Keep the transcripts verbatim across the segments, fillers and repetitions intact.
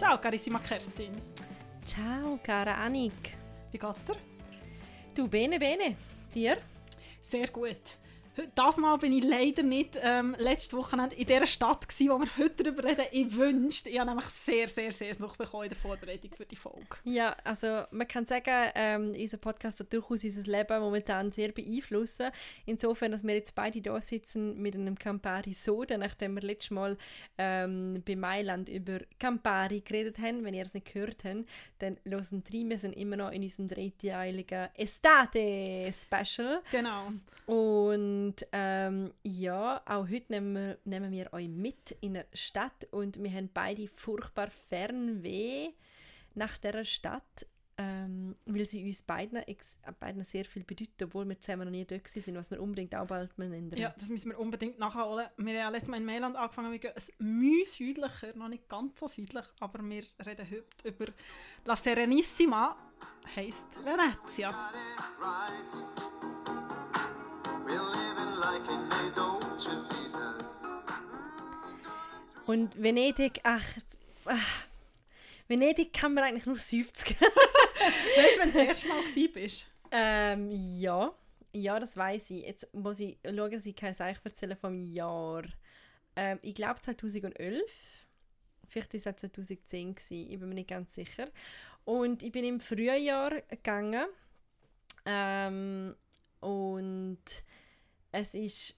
Ciao carissima Kerstin. Ciao cara Annik. Wie geht's dir? Du, bene bene. Dir? Sehr gut. Das Mal bin ich leider nicht ähm, letzte Woche in dieser Stadt gewesen, wo wir heute darüber reden. Ich wünschte, ich habe nämlich sehr, sehr, sehr noch bekommen in der Vorbereitung für die Folge. Ja, also man kann sagen, ähm, unser Podcast hat durchaus unser Leben momentan sehr beeinflussen. Insofern, dass wir jetzt beide da sitzen mit einem Campari Soda, nachdem wir letztes Mal ähm, bei Mailand über Campari geredet haben. Wenn ihr es nicht gehört habt, dann hören rein. Wir sind immer noch in unserem dreiteiligen Estate-Special. Genau. Und ähm, ja, auch heute nehmen wir, nehmen wir euch mit in eine Stadt und wir haben beide furchtbar Fernweh nach dieser Stadt, ähm, weil sie uns beiden, ex- beiden sehr viel bedeutet, obwohl wir zusammen noch nie dort waren, was wir unbedingt auch bald mal ändern. Ja, das müssen wir unbedingt nachholen. Wir haben ja letztes Mal in Mailand angefangen, wir gehen ein Mühe südlicher, noch nicht ganz so südlich, aber wir reden heute über La Serenissima, heisst Venezia. Und Venedig, ach, ach, Venedig kann man eigentlich nur seufzen. Weißt du, wenn du das erste Mal gewesen bist? ähm, ja, ja, das weiss ich. Jetzt muss ich schauen, dass ich kein Seich erzählen vom Jahr. Ähm, ich glaube zweitausendelf. Vielleicht war es auch zweitausendzehn gewesen. Ich bin mir nicht ganz sicher. Und ich bin im Frühjahr gegangen. Ähm, und es war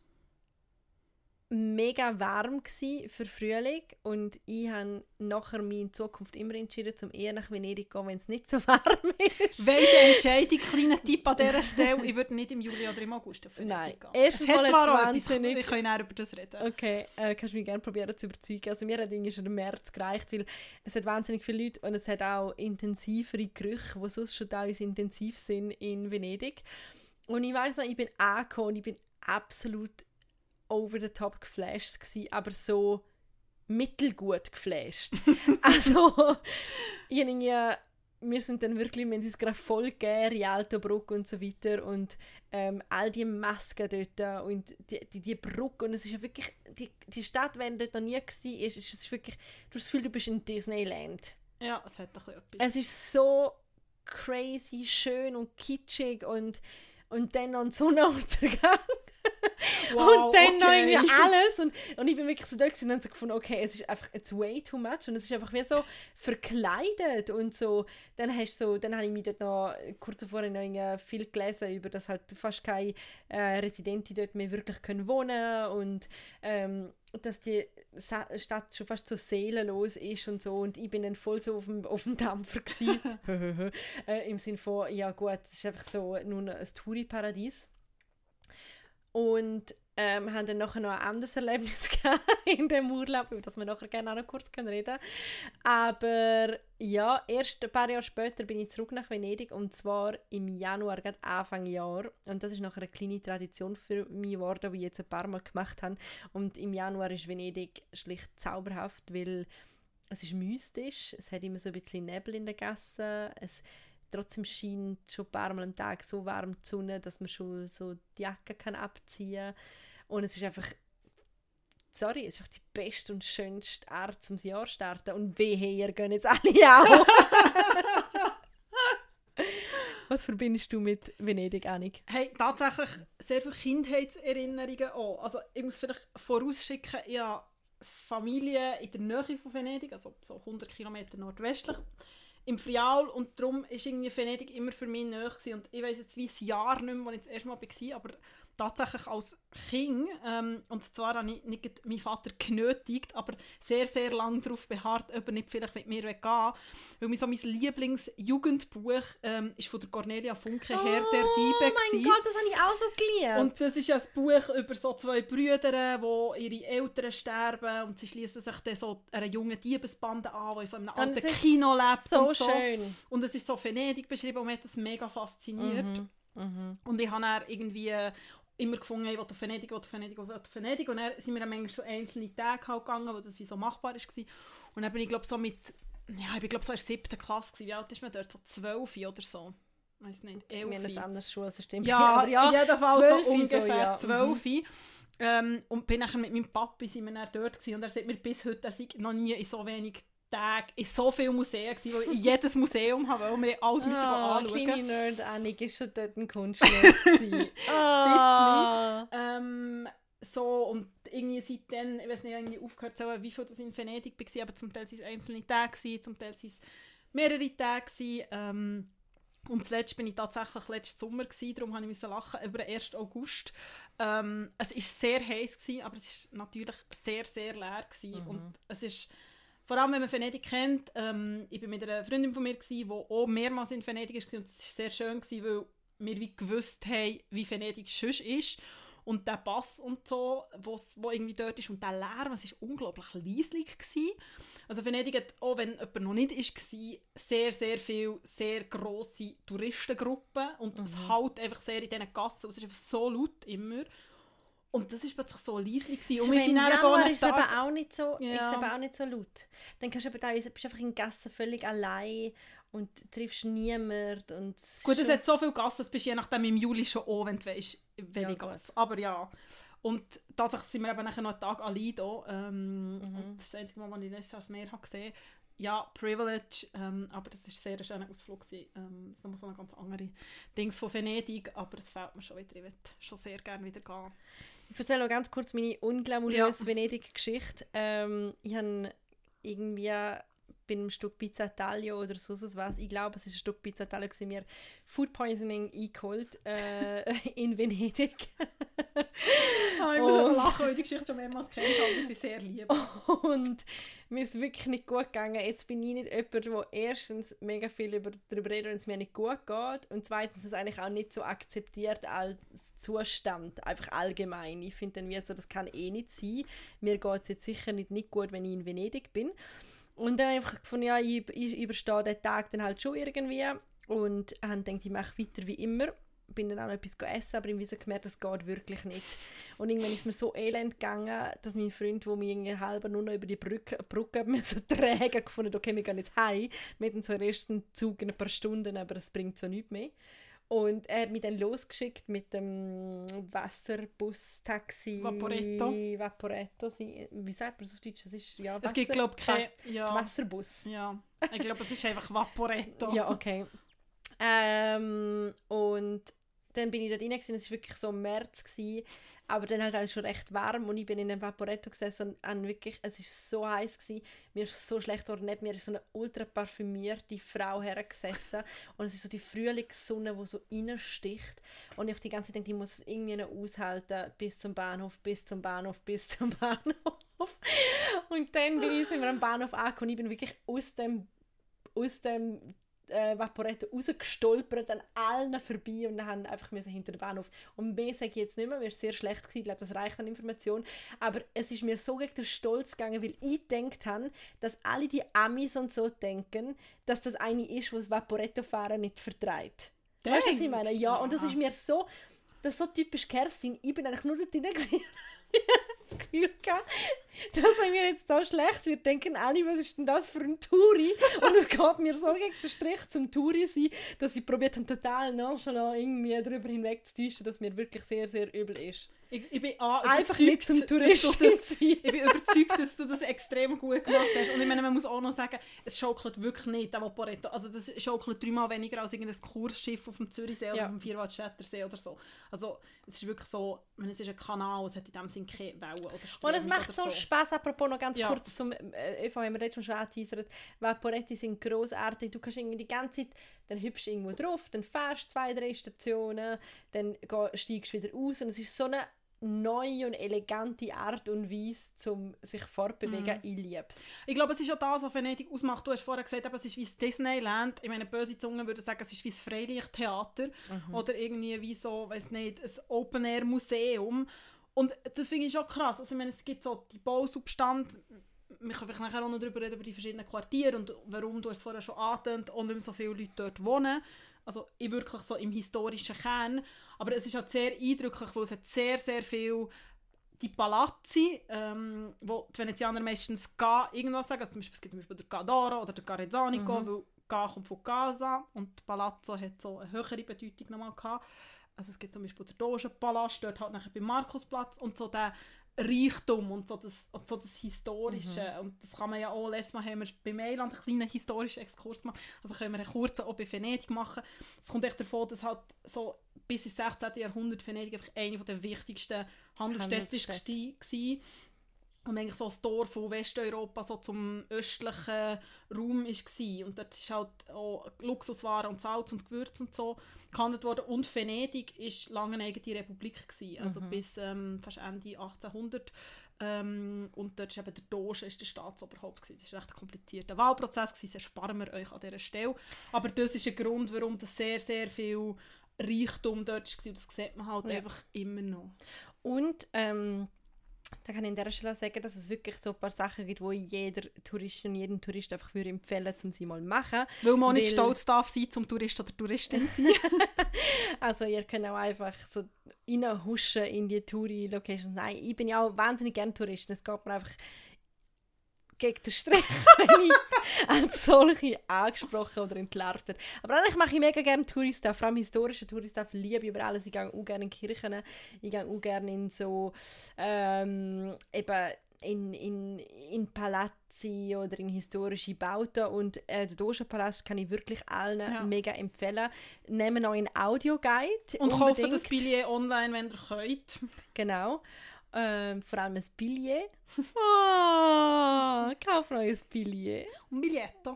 mega warm gsi für Frühling und ich habe nachher mich in Zukunft immer entschieden, zum eher nach Venedig zu gehen, wenn es nicht so warm ist. Weise Entscheidung, kleiner Tipp an dieser Stelle, ich würde nicht im Juli oder im August auf Venedig Nein, gehen. erstens Es hat mal zwar auch wahnsinnig... etwas, wir können auch über das reden. Okay, äh, kannst du mich gerne probieren zu überzeugen. Also mir hat irgendwie schon im März gereicht, weil es hat wahnsinnig viele Leute und es hat auch intensivere Gerüche, die sonst schon teilweise intensiv sind in Venedig. Und ich weiss noch, ich bin angekommen und ich bin absolut over the top geflasht gsi, aber so mittelgut geflasht. Also, irgendwie, wir sind dann wirklich, wir haben es gerade voll gegeben, Rialto Brücke und so weiter und ähm, all die Masken dort und die, die, die Brücke und es ist ja wirklich, die, die Stadt, wenn dort noch nie war, ist, ist es ist wirklich, du hast das Gefühl, du bist in Disneyland. Ja, es hat ein bisschen etwas. Es ist so crazy, schön und kitschig und, und dann noch ein Sonnenuntergang. Wow, und dann okay. noch irgendwie alles und, und ich bin wirklich so da und dann so gefunden, okay, es ist einfach it's way too much und es ist einfach wie so verkleidet und so, dann hast so, dann habe ich mich dort noch kurz vorher noch viel gelesen über, dass halt fast keine äh, Residenten dort mehr wirklich können wohnen und ähm, dass die Sa- Stadt schon fast so seelenlos ist und so und ich bin dann voll so auf dem, auf dem Dampfer gewesen. äh, im Sinne von, ja gut, es ist einfach so nur ein Touri-Paradies. Und ähm, haben dann nachher noch ein anderes Erlebnis gehabt in dem Urlaub, über das wir nachher gerne auch noch kurz reden können. Aber ja, erst ein paar Jahre später bin ich zurück nach Venedig und zwar im Januar, gerade Anfang Jahr. Und das ist nachher eine kleine Tradition für mich geworden, die ich jetzt ein paar Mal gemacht habe. Und im Januar ist Venedig schlicht zauberhaft, weil es ist mystisch, es hat immer so ein bisschen Nebel in den Gassen, es trotzdem scheint schon ein paar Mal am Tag so warm die Sonne, dass man schon so die Jacke kann abziehen kann. Und es ist einfach, sorry, es ist einfach die beste und schönste Art, zum Jahr zu starten. Und wehe, ihr geht jetzt alle auch. Was verbindest du mit Venedig, Annik? Hey, tatsächlich sehr viele Kindheitserinnerungen auch. Also ich muss vielleicht vorausschicken, ich habe Familie in der Nähe von Venedig, also so hundert Kilometer nordwestlich. Im Friaul und darum war irgendwie Venedig immer für mich nahe gewesen. Und ich weiss jetzt wie ein Jahr nicht mehr, als ich das erste Mal war, aber tatsächlich als Kind, ähm, und zwar habe ich nicht meinen Vater genötigt, aber sehr, sehr lange darauf beharrt, ob er nicht vielleicht mit mir gehen will. Weil mein, so mein Lieblingsjugendbuch ähm, ist von der Cornelia Funke, oh, Herr der Diebe. Oh mein gewesen. Gott, das habe ich auch so geliebt. Und das ist ja ein Buch über so zwei Brüder, die ihre Eltern sterben und sie schließen sich dann so einer jungen Diebesbande an, die in so einem alten Kino lebt. So und so schön. Und es ist so Venedig beschrieben und mich hat das mega fasziniert. Mhm. Mhm. Und ich habe dann irgendwie immer gefunden, ich will auf Venedig, ich will auf Venedig, ich will auf Venedig. Und dann sind wir dann manchmal so einzelne Tage halt gegangen, wo das wie so machbar war. Und dann bin ich glaube so mit, ja, ich bin glaube so in der siebten Klasse gewesen. Wie alt ist man dort? So zwölf oder so. Ich weiss nicht, elf. Wir haben ein anderes Schulsystem. Ja, ja, jedenfalls so ungefähr so, ja. zwölf. Mhm. Ähm, und bin nachher mit meinem Papi sind wir dann dort gewesen. Und er sagt mir bis heute, er sei noch nie in so wenig Tage in so vielen Museen gewesen, weil ich jedes Museum habe, weil wir alles müssen Ah, anschauen. kleine Nerd Annik war schon dort ein Kunstnerd. Ah. ähm, so, und irgendwie seitdem, ich weiß nicht, irgendwie aufgehört zu sagen, wie viel das in Venedig war, aber zum Teil waren es einzelne Tage, gewesen, zum Teil waren es mehrere Tage. Gewesen, ähm, und zuletzt bin ich tatsächlich letzten Sommer gewesen, darum musste ich lachen, über den ersten August. Ähm, es war sehr heiß gewesen, aber es war natürlich sehr, sehr leer gewesen. Mhm. Und es ist, vor allem wenn man Venedig kennt, ähm, ich war mit einer Freundin von mir, gewesen, die auch mehrmals in Venedig war, und es war sehr schön gewesen, weil wir wie gewusst haben, wie Venedig sonst ist. Und der Bass und so, wo irgendwie dort ist, und der Lärm, es war unglaublich leislich gewesen. Also Venedig hat, auch wenn jemand noch nicht war, sehr, sehr viele, sehr grosse Touristengruppen. Und mhm. es hält einfach sehr in diesen Gassen. Es ist einfach so laut immer. Und das war plötzlich so leislich gewesen. Und wir sind dann Januar ist es eben auch nicht so, ja. ist eben auch nicht so laut. Dann kannst du eben da, bist du einfach in Gassen völlig allein und triffst niemanden. Und gut, es hat so viele Gassen, das bist je nachdem im Juli schon auch, wenn du weißt, welche ja, Gasse. Aber ja. Und tatsächlich sind wir eben nachher noch einen Tag allein da. Ähm, mhm. Das ist das einzige Mal, als ich letztes Jahr das Meer habe gesehen habe. Ja, Privilege, ähm, aber das war sehr ein schöner Ausflug. Ähm, das ist noch ganz andere Dings von Venedig, aber es fällt mir schon wieder. Ich würde schon sehr gerne wieder gehen. Ich erzähle noch ganz kurz meine unglamouröse ja. Venedig-Geschichte. Ähm, ich habe irgendwie bei einem Stück Pizza Taglio oder so was, ich glaube, es war ein Stück Pizza Taglio, das mir Food Poisoning eingeholt äh, in Venedig. ah, ich muss aber lachen, weil ich die Geschichte schon mehrmals kennt habe, dass ich sehr liebe. Und mir ist wirklich nicht gut gegangen. Jetzt bin ich nicht jemand, der erstens mega viel über, darüber redet, wenn es mir nicht gut geht, und zweitens es eigentlich auch nicht so akzeptiert als Zustand, einfach allgemein. Ich finde dann wie so, das kann eh nicht sein. Mir geht es jetzt sicher nicht, nicht gut, wenn ich in Venedig bin. Und dann einfach gefunden, ja, ich, ich überstehe den Tag dann halt schon irgendwie und habe gedacht, ich mache weiter wie immer. Bin dann auch noch etwas essen, aber irgendwie so gemerkt, das geht wirklich nicht. Und irgendwann ist es mir so elend gegangen, dass mein Freund, der mich halb nur noch über die Brücke, Brücke mir so träge gefunden, okay, wir gehen jetzt heim. Wir hatten so den ersten Zug in ein paar Stunden, aber das bringt so nichts mehr. Und er hat mich dann losgeschickt mit dem Wasserbus-Taxi. Vaporetto. Vaporetto. Wie sagt man das auf Deutsch? Das ist, ja, Wasser, es gibt, glaube ich, kein ja. Wasserbus. Ja, ich glaube, es ist einfach Vaporetto. Ja, okay. Ähm, und dann bin ich dort rein, es war wirklich so im März, gewesen, aber dann halt auch schon recht warm und ich bin in einem Vaporetto gesessen und wirklich, es war so heiß gewesen, mir ist so schlecht geworden, neben mir ist so eine ultra parfümierte Frau hergesessen und es ist so die Frühlingssonne, die so reinsticht und ich auf die ganze Zeit denke, ich muss es irgendwie noch aushalten, bis zum Bahnhof, bis zum Bahnhof, bis zum Bahnhof. Und dann bin ich, sind wir am Bahnhof angekommen und ich bin wirklich aus dem, aus dem Äh, Vaporetto rausgestolpert, an allen vorbei und dann haben einfach hinter den Bahnhof. Und mehr sage ich jetzt nicht mehr, mir war sehr schlecht gewesen, ich glaube, das reicht an Information. Aber es ist mir so gegen den Stolz gegangen, weil ich gedacht habe, dass alle die Amis und so denken, dass das eine ist, was Vaporetto-Fahren nicht verträgt. Weißt du, was ich meine? Ja, und das ist mir so, das ist so typisch Kerstin. Ich bin eigentlich nur dort drin gewesen. Das Gefühl gehabt, dass wenn mir jetzt da schlecht wird, denken alle, was ist denn das für ein Touri? Und es geht mir so gegen den Strich zum Touri sein, dass ich probiert habe, total nonchalant irgendwie darüber hinweg zu täuschen, dass mir wirklich sehr, sehr übel ist. Ich, ich bin A, einfach nicht zum Touristen das, ich bin überzeugt, dass du das extrem gut gemacht hast. Und ich meine, man muss auch noch sagen, es schaukelt wirklich nicht, der Vaporetto. Also das schaukelt dreimal weniger als irgendein Kursschiff auf dem Zürichsee ja. oder auf dem Vierwaldstättersee oder so. Also es ist wirklich so, es ist ein Kanal, es hat in dem Sinne keine Wellen oder Strömung. Und es macht so, so Spass, apropos noch ganz ja. kurz zum äh, Eva, haben wir jetzt schon angeteasert, Vaporetti sind grossartig, du kannst irgendwie die ganze Zeit, dann hüpfst du irgendwo drauf, dann fährst du zwei, drei Stationen, dann steigst du wieder aus und es ist so eine neue und elegante Art und Weise, um sich fortbewegen. Mm. Ich liebe es. Ich glaube, es ist auch das, was Venedig ausmacht. Du hast vorher gesagt, es ist wie das Disneyland. Ich meine, böse Zungen würden sagen, es ist wie das Freilichttheater mhm. oder irgendwie wie so, weiß nicht, ein Open-Air-Museum. Und das finde ich schon krass. Also, ich meine, es gibt so die Bausubstanz. Wir können vielleicht nachher auch noch darüber reden, über die verschiedenen Quartiere und warum, du hast es vorher schon angetönt, und nicht mehr so viele Leute dort wohnen. Also ich wirklich so im historischen Kern. Aber es ist halt sehr eindrücklich, weil es hat sehr, sehr viel die Palazzi, ähm, wo die Venezianer meistens «Ga» irgendwas sagen. Also zum Beispiel, es gibt zum Beispiel der Gadoro oder der Garezzanico, mhm. weil «Ga» kommt von «Casa» und Palazzo hat so eine höhere Bedeutung nochmal gehabt. Also es gibt zum Beispiel den Dogenpalast, dort halt nachher beim Markusplatz und so der Reichtum und so das, und so das Historische. Mhm. Und das kann man ja auch, letztes Mal haben wir bei Mailand einen kleinen historischen Exkurs gemacht, also können wir einen kurzen auch bei Venedig machen. Es kommt echt davon, dass halt so bis ins sechzehnten. Jahrhundert Venedig einfach eine der wichtigsten Handelsstädte war. Und eigentlich so das Tor von Westeuropa so zum östlichen Raum war. Und dort ist halt auch Luxuswaren und Salz und Gewürz und so gehandelt worden. Und Venedig war lange eine eigene Republik gewesen, also mhm. bis ähm, fast Ende achtzehnhundert. Ähm, und dort war eben der Doge ist der Staatsoberhaupt gewesen. Das war ein recht komplizierter Wahlprozess gewesen, das sparen wir euch an dieser Stelle. Aber das ist ein Grund, warum das sehr, sehr viel Reichtum dort war. Das sieht man halt ja. einfach immer noch. Und ähm da kann ich an dieser Stelle auch sagen, dass es wirklich so ein paar Sachen gibt, die jeder Tourist und jeden Tourist einfach würde empfehlen, um sie mal zu machen. Weil man nicht stolz darf sein, zum Tourist oder Touristin zu sein. Also ihr könnt auch einfach so reinhuschen in die Touri-Locations. Nein, ich bin ja auch wahnsinnig gerne Tourist. Es geht mir einfach gegen den Strich, wenn ich als solche angesprochen oder entlarvt werde. Aber eigentlich mache ich mega gerne Touristen, vor allem historische Touristen, liebe über alles. Ich gehe auch gerne in Kirchen, ich gehe auch gerne in so ähm, eben in, in, in Palazzi oder in historische Bauten und äh, den Dogenpalast kann ich wirklich allen ja. mega empfehlen. Nehmen auch einen Audioguide und kaufen das Billett online, wenn ihr könnt. Genau. Ähm, vor allem ein Billett. Oh, kauf noch ein Billett. Ein Billetto.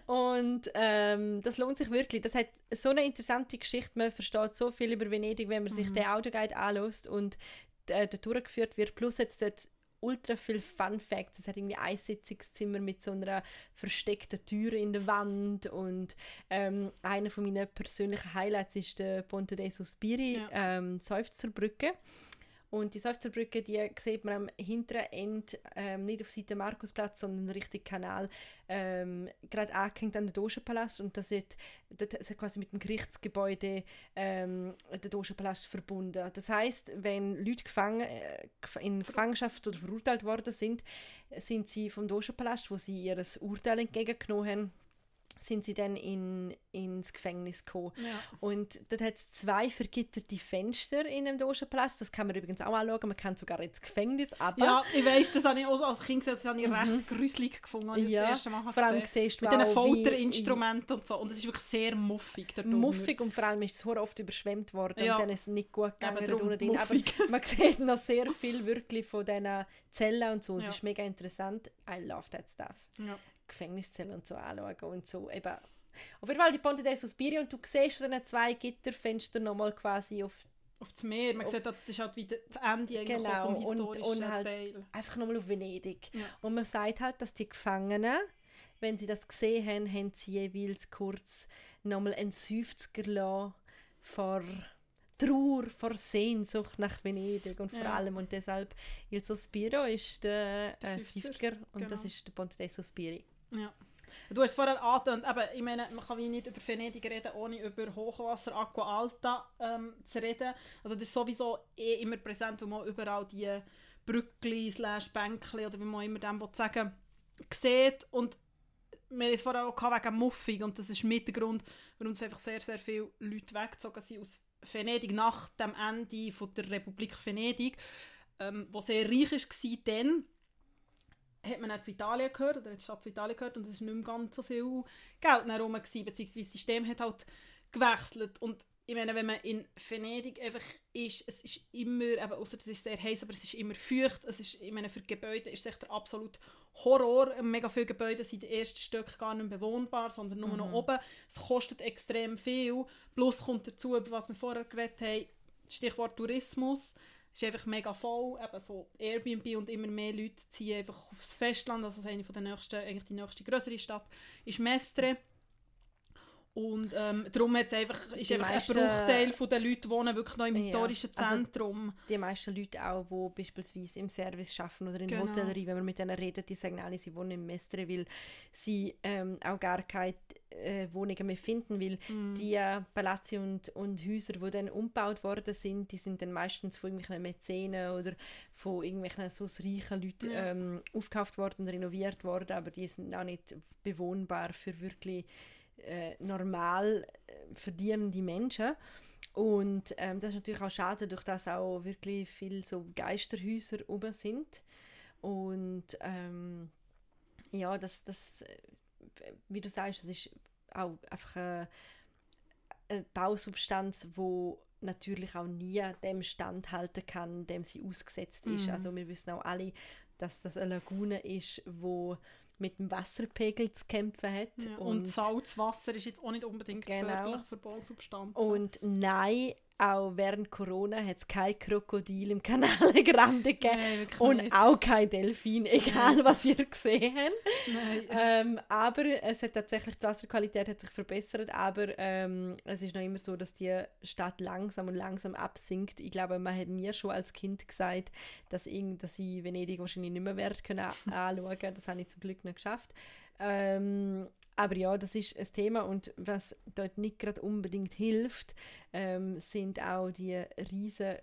Und ähm, das lohnt sich wirklich. Das hat so eine interessante Geschichte. Man versteht so viel über Venedig, wenn man mhm. sich den Audioguide anlässt und äh, dort durchgeführt wird. Plus jetzt dort ultra viele Fun Facts. Es hat irgendwie ein Sitzungszimmer mit so einer versteckten Tür in der Wand und ähm, einer von meinen persönlichen Highlights ist der Ponte dei Sospiri, ja. ähm, Seufzerbrücke. Und die Seufzerbrücke, die sieht man am hinteren Ende, ähm, nicht auf Seite Markusplatz, sondern Richtung Kanal, ähm, gerade angehängt an den Dogenpalast. Und das ist, dort ist quasi mit dem Gerichtsgebäude ähm, der Dogenpalast verbunden. Das heisst, wenn Leute gefangen, äh, in Gefangenschaft oder verurteilt worden sind, sind sie vom Dogenpalast, wo sie ihr Urteil entgegengenommen haben, sind sie dann in, ins Gefängnis gekommen. Ja. Und dort hat es zwei vergitterte Fenster in dem Dogenpalast. Das kann man übrigens auch anschauen. Man kann sogar ins Gefängnis runter. Ja, ich weiss, das habe ich auch als Kind gesehen. Das habe ich mhm. recht gruselig gefunden, als ich ja, das erste Mal vor allem siehst du mit diesen Folterinstrumenten und so. Und es ist wirklich sehr muffig. Muffig und vor allem ist es oft überschwemmt worden. Ja. Und dann ist es nicht gut gegangen. Drum, aber man sieht noch sehr viel wirklich von diesen Zellen und so. Es ja. ist mega interessant. I love that stuff. Ja. Gefängniszellen und so anschauen und so eben. Auf jeden Fall die Ponte dei Sospiri und du siehst von diesen zwei Gitterfenstern nochmal quasi auf auf das Meer. Man sieht, das ist halt wieder das Ende genau, vom historischen und, und halt Teil. Einfach nochmal auf Venedig. Ja. Und man sagt halt, dass die Gefangenen, wenn sie das gesehen haben, haben sie jeweils kurz nochmal einen Seufzer gelassen vor Trauer, vor Sehnsucht nach Venedig und ja. vor allem und deshalb Il Sospiro ist der, der äh, Seufzer und genau. das ist der Ponte dei Sospiri. Ja. Du hast vorher angetönt, ich meine, man kann wie nicht über Venedig reden, ohne über Hochwasser, Acqua Alta ähm, zu reden. Also das ist sowieso eh immer präsent, wo man überall die Brückli slash Bänkli oder wie man immer dem sagen will, sieht. Und wir haben es vorher auch wegen Muffig und das ist mit der Grund, warum es einfach sehr, sehr viele Leute weggezogen sind aus Venedig nach dem Ende von der Republik Venedig, ähm, wo sehr reich war dann. Hat man auch zu Italien gehört, oder hat die Stadt zu Italien gehört und es war nicht mehr ganz so viel Geld herum, beziehungsweise das System hat halt gewechselt. Und ich meine, wenn man in Venedig einfach ist, es ist immer, eben, ausser es ist sehr heiß, aber es ist immer feucht. Es ist, ich meine, für Gebäude ist es echt der absolute Horror. Mega viele Gebäude sind in den ersten Stöcken gar nicht bewohnbar, sondern nur mhm. noch oben. Es kostet extrem viel. Plus kommt dazu, über was wir vorher geredet haben, Stichwort Tourismus. Es ist einfach mega voll, eben so Airbnb und immer mehr Leute ziehen einfach aufs Festland, also eine von der nächsten, eigentlich die nächste größere Stadt ist Mestre. Und ähm, darum hat's einfach, ist die einfach meisten, ein Bruchteil von den Leuten wohnen wirklich noch im historischen ja, also Zentrum. Die meisten Leute auch, die beispielsweise im Service arbeiten oder in der genau. Hotellerie, wenn man mit denen redet, die sagen alle, sie wohnen in Mestre, weil sie ähm, auch gar keine äh, Wohnungen mehr finden, weil mm. die äh, Palazzi und, und Häuser, die dann umgebaut worden sind, die sind dann meistens von irgendwelchen Mäzenen oder von irgendwelchen so reichen Leuten ja. ähm, aufgekauft worden und renoviert worden, aber die sind auch nicht bewohnbar für wirklich äh, normal äh, verdienende Menschen. Und ähm, das ist natürlich auch schade, durch das auch wirklich viele so Geisterhäuser oben sind. Und ähm, ja, das, das, wie du sagst, das ist auch einfach eine, eine Bausubstanz, die natürlich auch nie dem standhalten kann, dem sie ausgesetzt ist. Mm. Also wir wissen auch alle, dass das eine Lagune ist, wo mit dem Wasserpegel zu kämpfen hat. Ja, und, und Salzwasser ist jetzt auch nicht unbedingt genau. gefährlich für Bausubstanzen. Und nein, auch während Corona hat es kein Krokodil im Canale Grande gegeben Nein, und nicht. Auch kein Delfin, egal Nein. Was ihr gesehen habt. Ähm, aber es hat tatsächlich, die Wasserqualität hat sich verbessert, aber ähm, es ist noch immer so, dass die Stadt langsam und langsam absinkt. Ich glaube, man hat mir schon als Kind gesagt, dass, ich, dass ich Venedig wahrscheinlich nicht mehr werde können anschauen. Das habe ich zum Glück nicht geschafft. Ähm, aber ja, das ist ein Thema und was dort nicht gerade unbedingt hilft, ähm, sind auch die riesen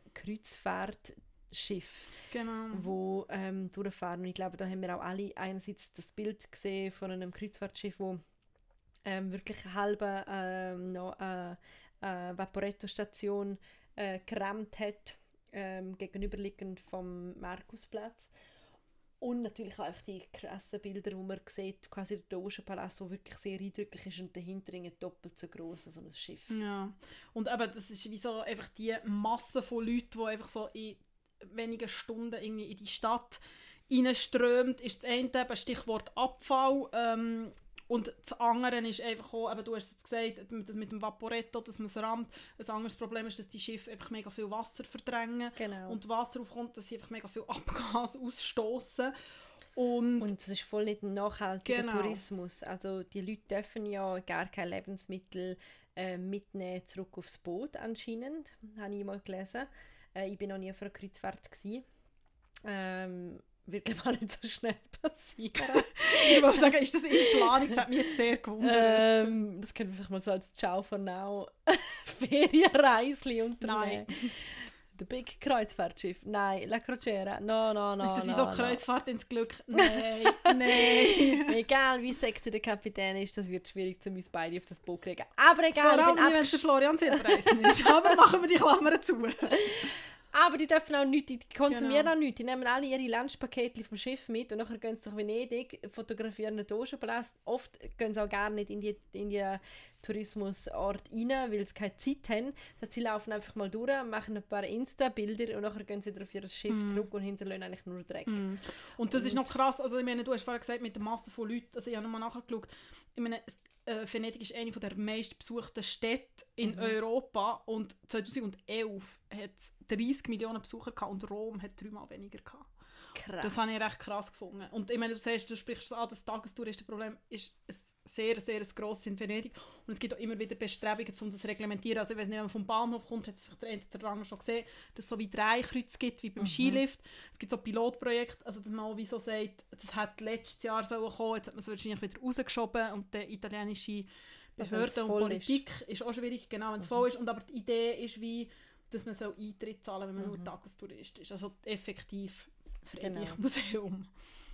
Kreuzfahrtschiffe, genau. wo ähm, durchfahren. Und ich glaube, da haben wir auch alle einerseits das Bild gesehen von einem Kreuzfahrtschiff, wo ähm, wirklich halbe ähm, noch eine, eine Vaporetto-Station äh, gerammt hat, ähm, gegenüberliegend vom Markusplatz. Und natürlich auch einfach die krassen Bilder, wo man sieht, quasi der Dogenpalast, der wirklich sehr eindrücklich ist und dahinter ein doppelt so gross so ein Schiff. Ja, und eben, das ist wie so einfach die Masse von Leuten, die einfach so in wenigen Stunden irgendwie in die Stadt reinströmt, ist das eine, eben Stichwort Abfall. Ähm, und das andere ist einfach auch, eben, du hast es gesagt, mit, mit dem Vaporetto, dass man es rammt. Ein anderes Problem ist, dass die Schiffe einfach mega viel Wasser verdrängen. Genau. Und Wasser aufkommt, dass sie einfach mega viel Abgas ausstoßen. Und, und es ist voll nicht ein nachhaltiger genau. Tourismus. Also die Leute dürfen ja gar keine Lebensmittel äh, mitnehmen zurück aufs Boot anscheinend, habe ich mal gelesen. Äh, ich bin noch nie auf einer Kreuzfahrt gewesen. Ähm, wird glaube ich nicht so schnell passieren. Ich wollte sagen, ist das in Planung? Das hat mich jetzt sehr gewundert. Ähm, das können wir vielleicht mal so als Ciao for now Ferienreisli unternehmen. Nein. The Big Kreuzfahrtschiff. Nein, La Crociera. No, no, no. Ist das wie no, so no. Kreuzfahrt ins Glück? Nein, nein. Egal wie sexy der Kapitän ist, das wird schwierig, um uns beide auf das Boot zu kriegen. Aber egal. Vor allem nicht, wenn es der Florian Silbereisen ist. Aber machen wir die Klammern zu. Aber die dürfen auch nichts, die konsumieren Genau. auch nichts. Die nehmen alle ihre Lunchpakete vom Schiff mit und nachher gehen sie durch Venedig, fotografieren den Dogenpalast. Oft gehen sie auch gar nicht in die, in die Tourismusort rein, weil sie keine Zeit haben. Das heißt, sie laufen einfach mal durch, machen ein paar Insta-Bilder und nachher gehen sie wieder auf ihr Schiff mm. zurück und hinterlassen eigentlich nur Dreck. Mm. Und das und ist noch krass, also ich meine, du hast vorhin gesagt, mit der Masse von Leuten, also ich habe nochmal nachgeschaut, ich meine, äh, Venedig ist eine der meistbesuchten Städte in mhm. Europa und zweitausendelf hat es dreissig Millionen Besucher gehabt und Rom hat dreimal weniger gehabt. Krass. Das habe ich recht krass gefunden. Und ich meine, du siehst, du sprichst es an, das Tagestouristenproblem ist ein sehr, sehr grosses in Venedig und es gibt auch immer wieder Bestrebungen, um das zu reglementieren. Also ich weiß nicht, wenn man vom Bahnhof kommt, hat es vielleicht der eine oder andere schon gesehen, dass es so wie drei Kreuze gibt, wie beim mhm. Skilift. Es gibt so Pilotprojekte, also dass man wie so sagt, das hat letztes Jahr so gekommen, jetzt hat man es wahrscheinlich wieder rausgeschoben und der italienische Behörden und Politik ist. ist auch schwierig, genau, wenn es mhm. voll ist. Und aber die Idee ist wie, dass man so Eintritt zahlen, wenn man mhm. nur Tagestourist ist. Also effektiv Venedig-Museum. Genau.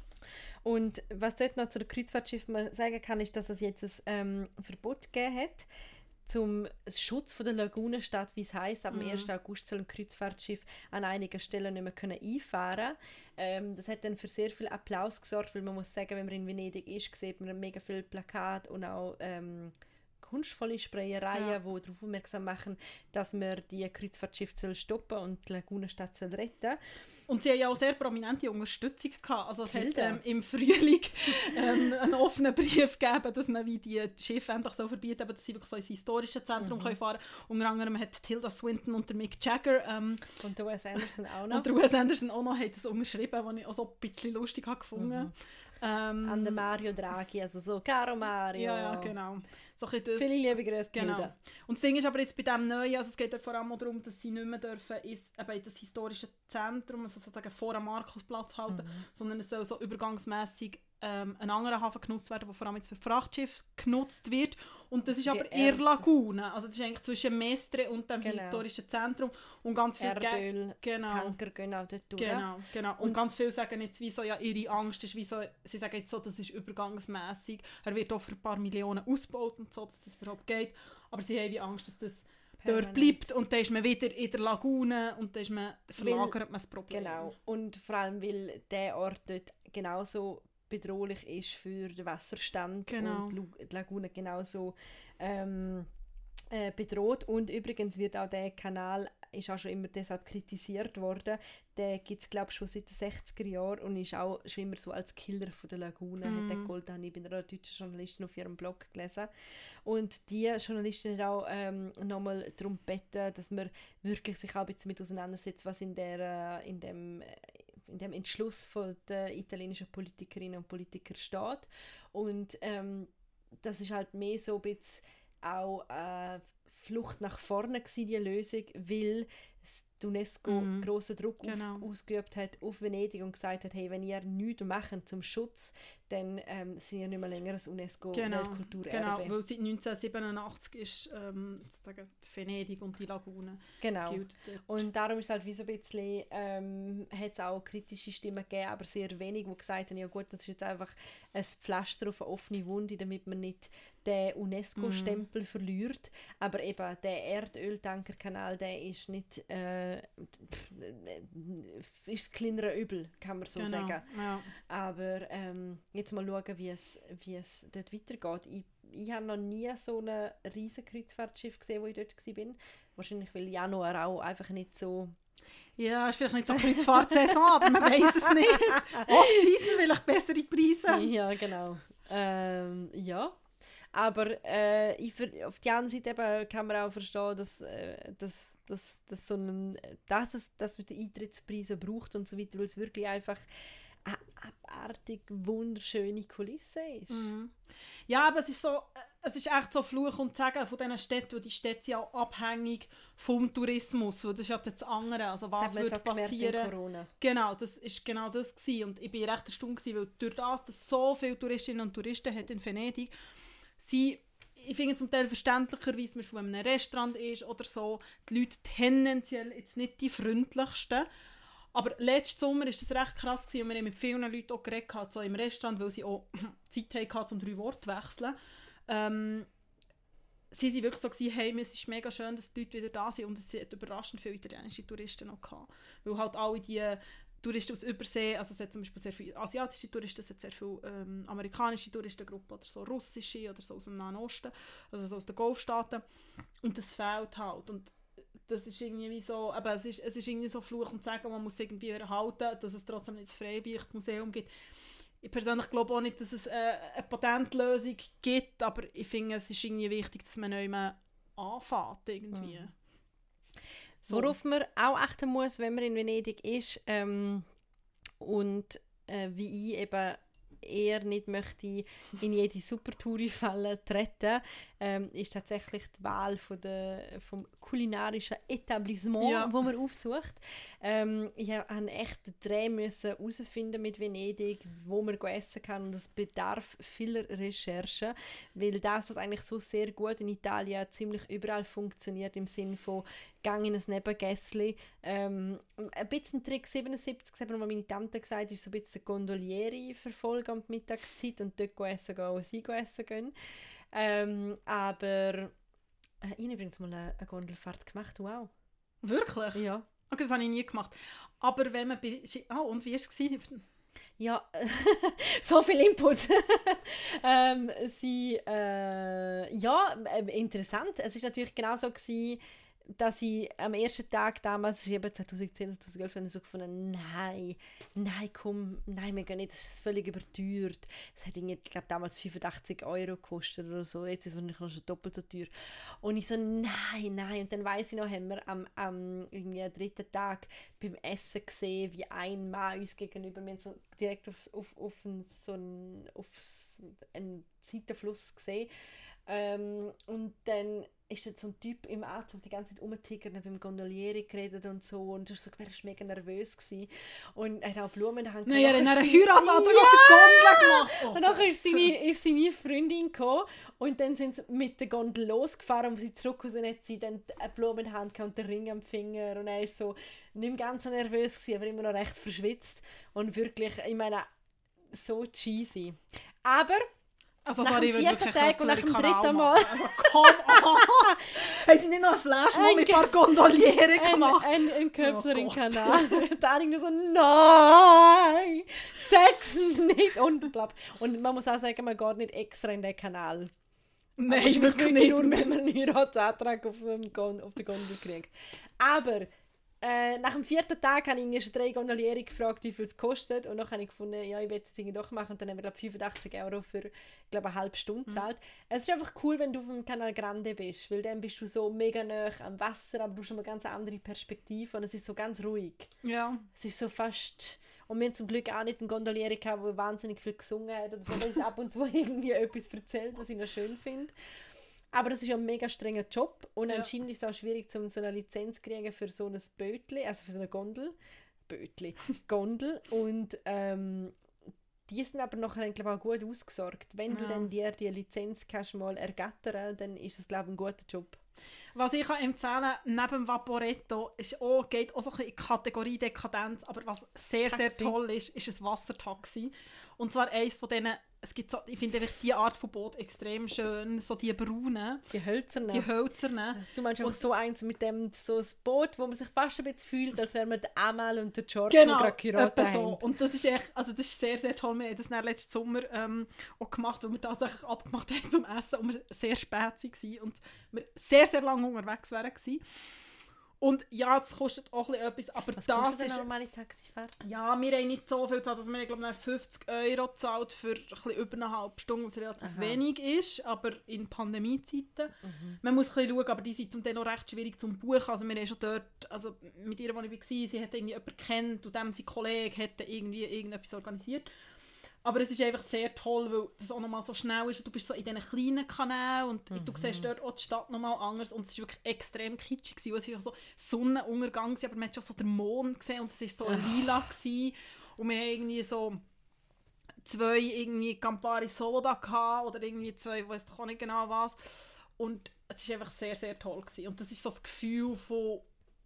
Und was dort noch zu den Kreuzfahrtschiffen sagen kann, ist, dass es jetzt ein ähm, Verbot gegeben hat zum Schutz von der Lagunenstadt, wie es heisst. Ab dem mhm. ersten August sollen Kreuzfahrtschiffe an einigen Stellen nicht mehr können einfahren. Ähm, das hat dann für sehr viel Applaus gesorgt, weil man muss sagen, wenn man in Venedig ist, sieht man mega viele Plakate und auch ähm, kunstvolle Sprayereien, ja. die darauf aufmerksam machen, dass man die Kreuzfahrtschiffe stoppen und die Lagunenstadt soll retten. Und sie haben ja auch sehr prominente Unterstützung gehabt. Also es hat ähm, im Frühling ähm, einen offenen Brief gegeben, dass man wie die Schiffe endlich so verbieten, aber dass sie wirklich so ins historische Zentrum mhm. können fahren können. Unter anderem hat Tilda Swinton und der Mick Jagger ähm, und der Wes Anderson auch noch. Und der Wes Anderson auch noch hat das unterschrieben, was ich auch so ein bisschen lustig habe gefunden. Mhm. Ähm, An den Mario Draghi, also so «Caro Mario». Ja, ja, genau. So das. Viele liebe Grüße, genau. Tilda. Und das Ding ist aber jetzt bei dem Neuen, also es geht vor allem darum, dass sie nicht mehr dürfen ist, eben das historische Zentrum, also sozusagen vor dem Markusplatz halten, mhm. sondern es soll so übergangsmässig ähm, ein anderer Hafen genutzt werden, der vor allem jetzt für Frachtschiffe genutzt wird. Und das ist aber Die eher Erd- Lagune. Also das ist eigentlich zwischen Mestre und dem Genau. historischen Zentrum. Und ganz viel Ge- Erdöl, genau. Tanker gehen auch dort durch. Genau, genau. Und, Und- ganz viele sagen jetzt, wie so, ja, ihre Angst ist, wie so, sie sagen jetzt so, das ist übergangsmässig. Er wird auch für ein paar Millionen ausgebaut und so, dass das überhaupt geht. Aber sie haben wie Angst, dass das dort bleibt und dann ist man wieder in der Lagune und dann ist man, verlagert man das Problem. Genau. Und vor allem, weil der Ort dort genauso bedrohlich ist für den Wasserstand Genau. und Lu- die Lagune genauso ähm, äh, bedroht. Und übrigens wird auch der Kanal ist auch schon immer deshalb kritisiert worden. Der gibt es, glaube ich, schon seit den sechziger Jahren und ist auch schon immer so als Killer von der Lagune. Mhm. Hat der Gold, habe ich bei einer deutschen Journalistin auf ihrem Blog gelesen. Und die Journalistin hat auch ähm, nochmal darum gebeten, dass man wirklich sich auch ein bisschen mit auseinandersetzt, was in, der, äh, in dem äh, in dem Entschluss von der italienischen Politikerinnen und Politiker steht. Und ähm, das ist halt mehr so ein bisschen auch eine Flucht nach vorne gewesen, die Lösung, weil die UNESCO Mhm. grossen Druck Genau. auf, ausgeübt hat auf Venedig und gesagt hat, hey, wenn ihr nichts macht zum Schutz, dann ähm, sind ihr nicht mehr länger ein Genau, UNESCO-Weltkulturerbe. genau, weil seit neunzehnhundertsiebenundachtzig ist ähm, sozusagen Venedig und die Lagune Genau. gilt dort. Und darum ist es halt wie so ein bisschen, ähm, hat es auch kritische Stimmen gegeben, aber sehr wenig, die gesagt haben, ja gut, das ist jetzt einfach ein Pflaster auf eine offene Wunde, damit man nicht den UNESCO-Stempel Mhm. verliert. Aber eben, der Erdöltankerkanal, der ist nicht, äh, ist das kleinere Übel, kann man so genau. sagen. Ja. Aber ähm, jetzt mal schauen, wie es, wie es dort weitergeht. Ich, ich habe noch nie so ein riesen Kreuzfahrtschiff gesehen, wo ich dort war. Wahrscheinlich, weil Januar auch einfach nicht so... ja, ist vielleicht nicht so Kreuzfahrtsaison, aber man weiß es nicht. Off-Season vielleicht bessere Preise. Ja, genau. Ähm, ja. Aber äh, ich, ver- auf der anderen Seite eben kann man auch verstehen, dass, äh, dass, dass, dass, so ein, dass, es, dass man die Eintrittspreise braucht und so weiter, weil es wirklich einfach eine abartig wunderschöne Kulisse ist. Mhm. Ja, aber es ist so, äh, es ist echt so Fluch und Segen von diesen Städten, wo die Städte sind ja auch abhängig vom Tourismus, weil das ist ja das andere, also Das was hat man jetzt würde auch gemerkt in passieren. Corona. Genau, das ist genau das gewesen. Und ich bin recht erstaunt gewesen, weil durch das, dass so viele Touristinnen und Touristen hat in Venedig, sie, ich finde zum Teil verständlicherweise, zum Beispiel wenn man in einem Restaurant ist oder so, die Leute tendenziell jetzt nicht die freundlichsten. Aber letzten Sommer war das recht krass gewesen, und wir haben mit vielen Leuten auch geredet, so im Restaurant, weil sie auch Zeit hatten, um drei Worte zu wechseln. Ähm, sie waren wirklich so gewesen, hey, es ist mega schön, dass die Leute wieder da sind, und es hat überraschend viele italienische Touristen noch gehabt. Weil halt alle die Touristen aus Übersee, also es hat zum Beispiel sehr viele asiatische Touristen, es hat sehr viele ähm, amerikanische Touristengruppen oder so russische oder so aus dem Nahen Osten, also so aus den Golfstaaten, und das fehlt halt. Und das ist irgendwie wie so, aber es ist, es ist irgendwie so Fluch und Segen, man muss irgendwie erhalten, dass es trotzdem nicht das Freilichtmuseum gibt. Ich persönlich glaube auch nicht, dass es äh, eine Patentlösung gibt, aber ich finde, es ist irgendwie wichtig, dass man neu mal anfängt irgendwie. Mhm. So. Worauf man auch achten muss, wenn man in Venedig ist ähm, und äh, wie ich eben eher nicht möchte in jede Supertouri-Falle treten, ähm, ist tatsächlich die Wahl von der, vom kulinarischen Etablissement, Ja. wo man aufsucht. Ähm, ich habe einen echten Dreh müssen herausfinden mit Venedig, wo man essen kann, und das bedarf vieler Recherche, weil das, was eigentlich so sehr gut in Italien ziemlich überall funktioniert, im Sinne von «Gang in ein Nebengässli». Ähm, ein bisschen Trick siebenundsiebzig, das hat mir mal meine Tante gesagt, ist so ein bisschen Gondolieri verfolgen an die Mittagszeit und dort essen gehen, wo sie essen gehen. Ähm, aber äh, ich habe übrigens mal eine, eine Gondelfahrt gemacht, wow. Wirklich? Ja. Okay, das habe ich nie gemacht. Aber wenn man... Bei, oh, und wie war es gewesen? Ja, so viel Input. ähm, sie, äh, ja, äh, interessant. Es war natürlich genau so gewesen, dass ich am ersten Tag damals, das war eben zweitausendzehn, zweitausendelf, habe ich so gefunden, nein, nein, komm, nein, wir gehen nicht, das ist völlig überteuert. Es hat, ich glaube, damals fünfundachtzig Euro gekostet oder so, jetzt ist es wahrscheinlich noch schon doppelt so teuer. Und ich so, nein, nein, und dann weiss ich noch, haben wir am, am irgendwie am dritten Tag beim Essen gesehen, wie ein Mann uns gegenüber, wir haben so direkt aufs, auf, auf, einen, so einen, auf einen Seitenfluss gesehen, Ähm, und dann ist jetzt so ein Typ im Anzug die ganze Zeit rumtickern, beim Gondolieri geredet und so. Und er war so, mega nervös gewesen. Und er hat auch Blumen in der Hand. Nein, er hat einen seine... Heiratsantrag ja! auf der Gondel gemacht. Oh, und dann ist seine, ist seine Freundin gekommen. Und dann sind sie mit der Gondel losgefahren. Und als sie zurück sind, hat sie dann eine Blume in der Hand und den Ring am Finger. Und er war so nicht mehr ganz so nervös gewesen, aber immer noch recht verschwitzt. Und wirklich, ich meine, so cheesy. Aber... Also, nach sorry, dem vierten Tag und nach dem Kanal dritten Mal... Also, komm an! Haben sie nicht noch einen Flashmob mit ein paar Gondolieren gemacht? Ein, ein, ein Köpfler Oh im Gott. Kanal. Da denke ich so, nein! Sex nicht! Unglaublich. Und man muss auch sagen, man geht nicht extra in den Kanal. Nein, Aber wirklich nicht. Nur, wenn man einen Heiratsantrag auf, dem Gon- auf der Gondel kriegt. Aber... Äh, nach dem vierten Tag habe ich irgendwie schon drei Gondolieri gefragt, wie viel es kostet. Und dann habe ich gefunden, ja, ich will es irgendwie doch machen. Und dann haben wir, glaube ich, fünfundachtzig Euro für, glaube eine halbe Stunde gezahlt. Mhm. Es ist einfach cool, wenn du auf dem Canal Grande bist, weil dann bist du so mega nah am Wasser, aber du hast schon eine ganz andere Perspektive und es ist so ganz ruhig. Ja. Es ist so fast... Und wir haben zum Glück auch nicht einen Gondolieri gehabt, der wahnsinnig viel gesungen hat oder so, weil uns ab und zu irgendwie etwas erzählt, was ich noch schön finde. Aber das ist ja ein mega strenger Job und ja. Anscheinend ist es auch schwierig, um so eine Lizenz zu kriegen für so ein Bötli, also für so eine Gondel. Bötli. Gondel. Und ähm, die sind aber nachher, glaube ich, auch gut ausgesorgt. Wenn ja. du dann dir die Lizenz kannst mal ergattern, dann ist das, glaube ich, ein guter Job. Was ich kann empfehlen neben dem Vaporetto, ist auch, geht auch so ein bisschen in die Kategorie Dekadenz, aber was sehr, sehr Taxi. toll ist, ist ein Wassertaxi. Und zwar eins von denen, es gibt so, ich finde diese Art von Boot extrem schön, so die braunen. Die hölzernen. Die hölzernen. Du meinst auch so eins mit dem, so ein Boot, wo man sich fast ein bisschen fühlt, als wäre man der Amal und der George, genau, die gerade geheiratet so. haben. Und das ist echt, also das ist sehr, sehr toll. Wir haben das dann letzten Sommer ähm, auch gemacht, weil wir tatsächlich abgemacht haben zum Essen und wir sehr spät waren und wir sehr, sehr lange unterwegs waren. Und ja, das kostet auch etwas, aber Was das kostet ist... eine normale Taxifahrt? Ja, wir haben nicht so viel gezahlt, also wir haben, glaube ich, fünfzig Euro gezahlt für ein bisschen über eine halbe Stunde, was relativ Aha. wenig ist, aber in Pandemiezeiten. Mhm. Man muss ein bisschen schauen, aber die sind zum Teil noch recht schwierig zum Buchen. Also wir haben schon dort, also mit ihr, wo ich war, sie hat irgendwie jemanden gekannt und dem sein Kollege hat irgendwie irgendetwas organisiert. Aber es ist einfach sehr toll, weil das auch nochmal so schnell ist und du bist so in diesen kleinen Kanälen und mhm. du siehst dort auch die Stadt nochmal anders und es war wirklich extrem kitschig gewesen. Es war so Sonnenuntergang gewesen, aber man hat schon so den Mond gesehen und es war so lila gewesen. Und wir haben irgendwie so zwei irgendwie Campari Soda gehabt oder irgendwie zwei, ich weiss doch auch nicht genau was. Und es war einfach sehr, sehr toll gewesen. Und das ist so das Gefühl von...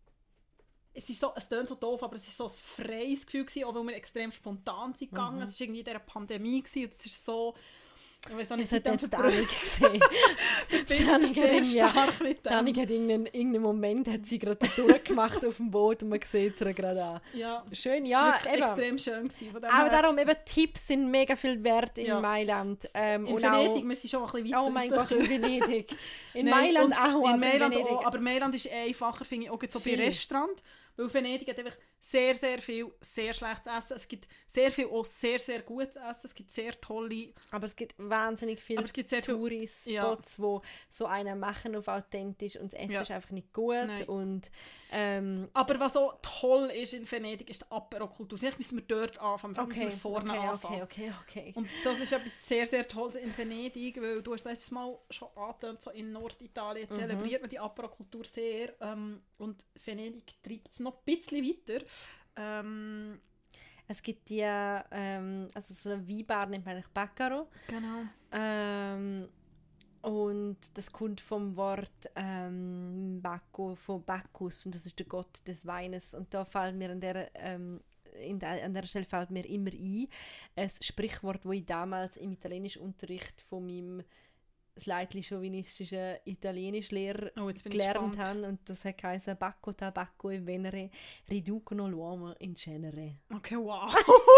Es ist so, es klingt so doof, aber es war so ein freies Gefühl gewesen, auch weil wir extrem spontan sind gegangen. Mhm. Es war irgendwie in dieser Pandemie gewesen, und es ist so... Ich weiss auch nicht, das hat jetzt Danik gesehen. Danik sehr stark mit dem. Danik hat irgendeinen, irgendeinen Moment, hat sie gerade durchgemacht auf dem Boot und man sieht sie gerade an. Ja, schön, ja. Es war extrem schön gewesen, von dem aber her. darum, eben Tipps sind mega viel wert in ja. Mailand. Ähm, in und Venedig, auch, wir sind schon ein bisschen weit. Oh mein Gott, in Venedig. In Nein, Mailand auch, in aber Mailand in Venedig. auch. Aber Mailand ist einfacher, finde ich, auch so bei Restaurant. Weil Venedig hat einfach sehr, sehr viel sehr schlechtes Essen. Es gibt sehr viel auch sehr, sehr gutes Essen. Es gibt sehr tolle... Aber es gibt wahnsinnig viele Tourispots, ja. wo so einen machen auf authentisch und das Essen ja. ist einfach nicht gut. Und, ähm, aber was auch toll ist in Venedig, ist die Apero-Kultur. Vielleicht müssen wir dort anfangen, vielleicht okay, müssen wir vorne okay, anfangen. Okay, okay, okay. Und das ist etwas sehr, sehr Tolles in Venedig, weil du hast letztes Mal schon angetönt, so in Norditalien mhm. zelebriert man die Apero-Kultur sehr ähm, und Venedig treibt es noch ein bisschen weiter. Ähm, es gibt die, ähm, also so eine Weinbar nennt man eigentlich Baccaro. Genau. Ähm, und das kommt vom Wort ähm, Bacco, von Bacchus, und das ist der Gott des Weines. Und da fällt mir an der, ähm, in der, an der Stelle fällt mir immer ein, ein Sprichwort, das ich damals im italienischen Unterricht von meinem slightly chauvinistischen Italienischlehrer oh, gelernt habe. Und das hat geheißen Bacco tabacco e venere riducono l'uomo in genere. Okay, wow.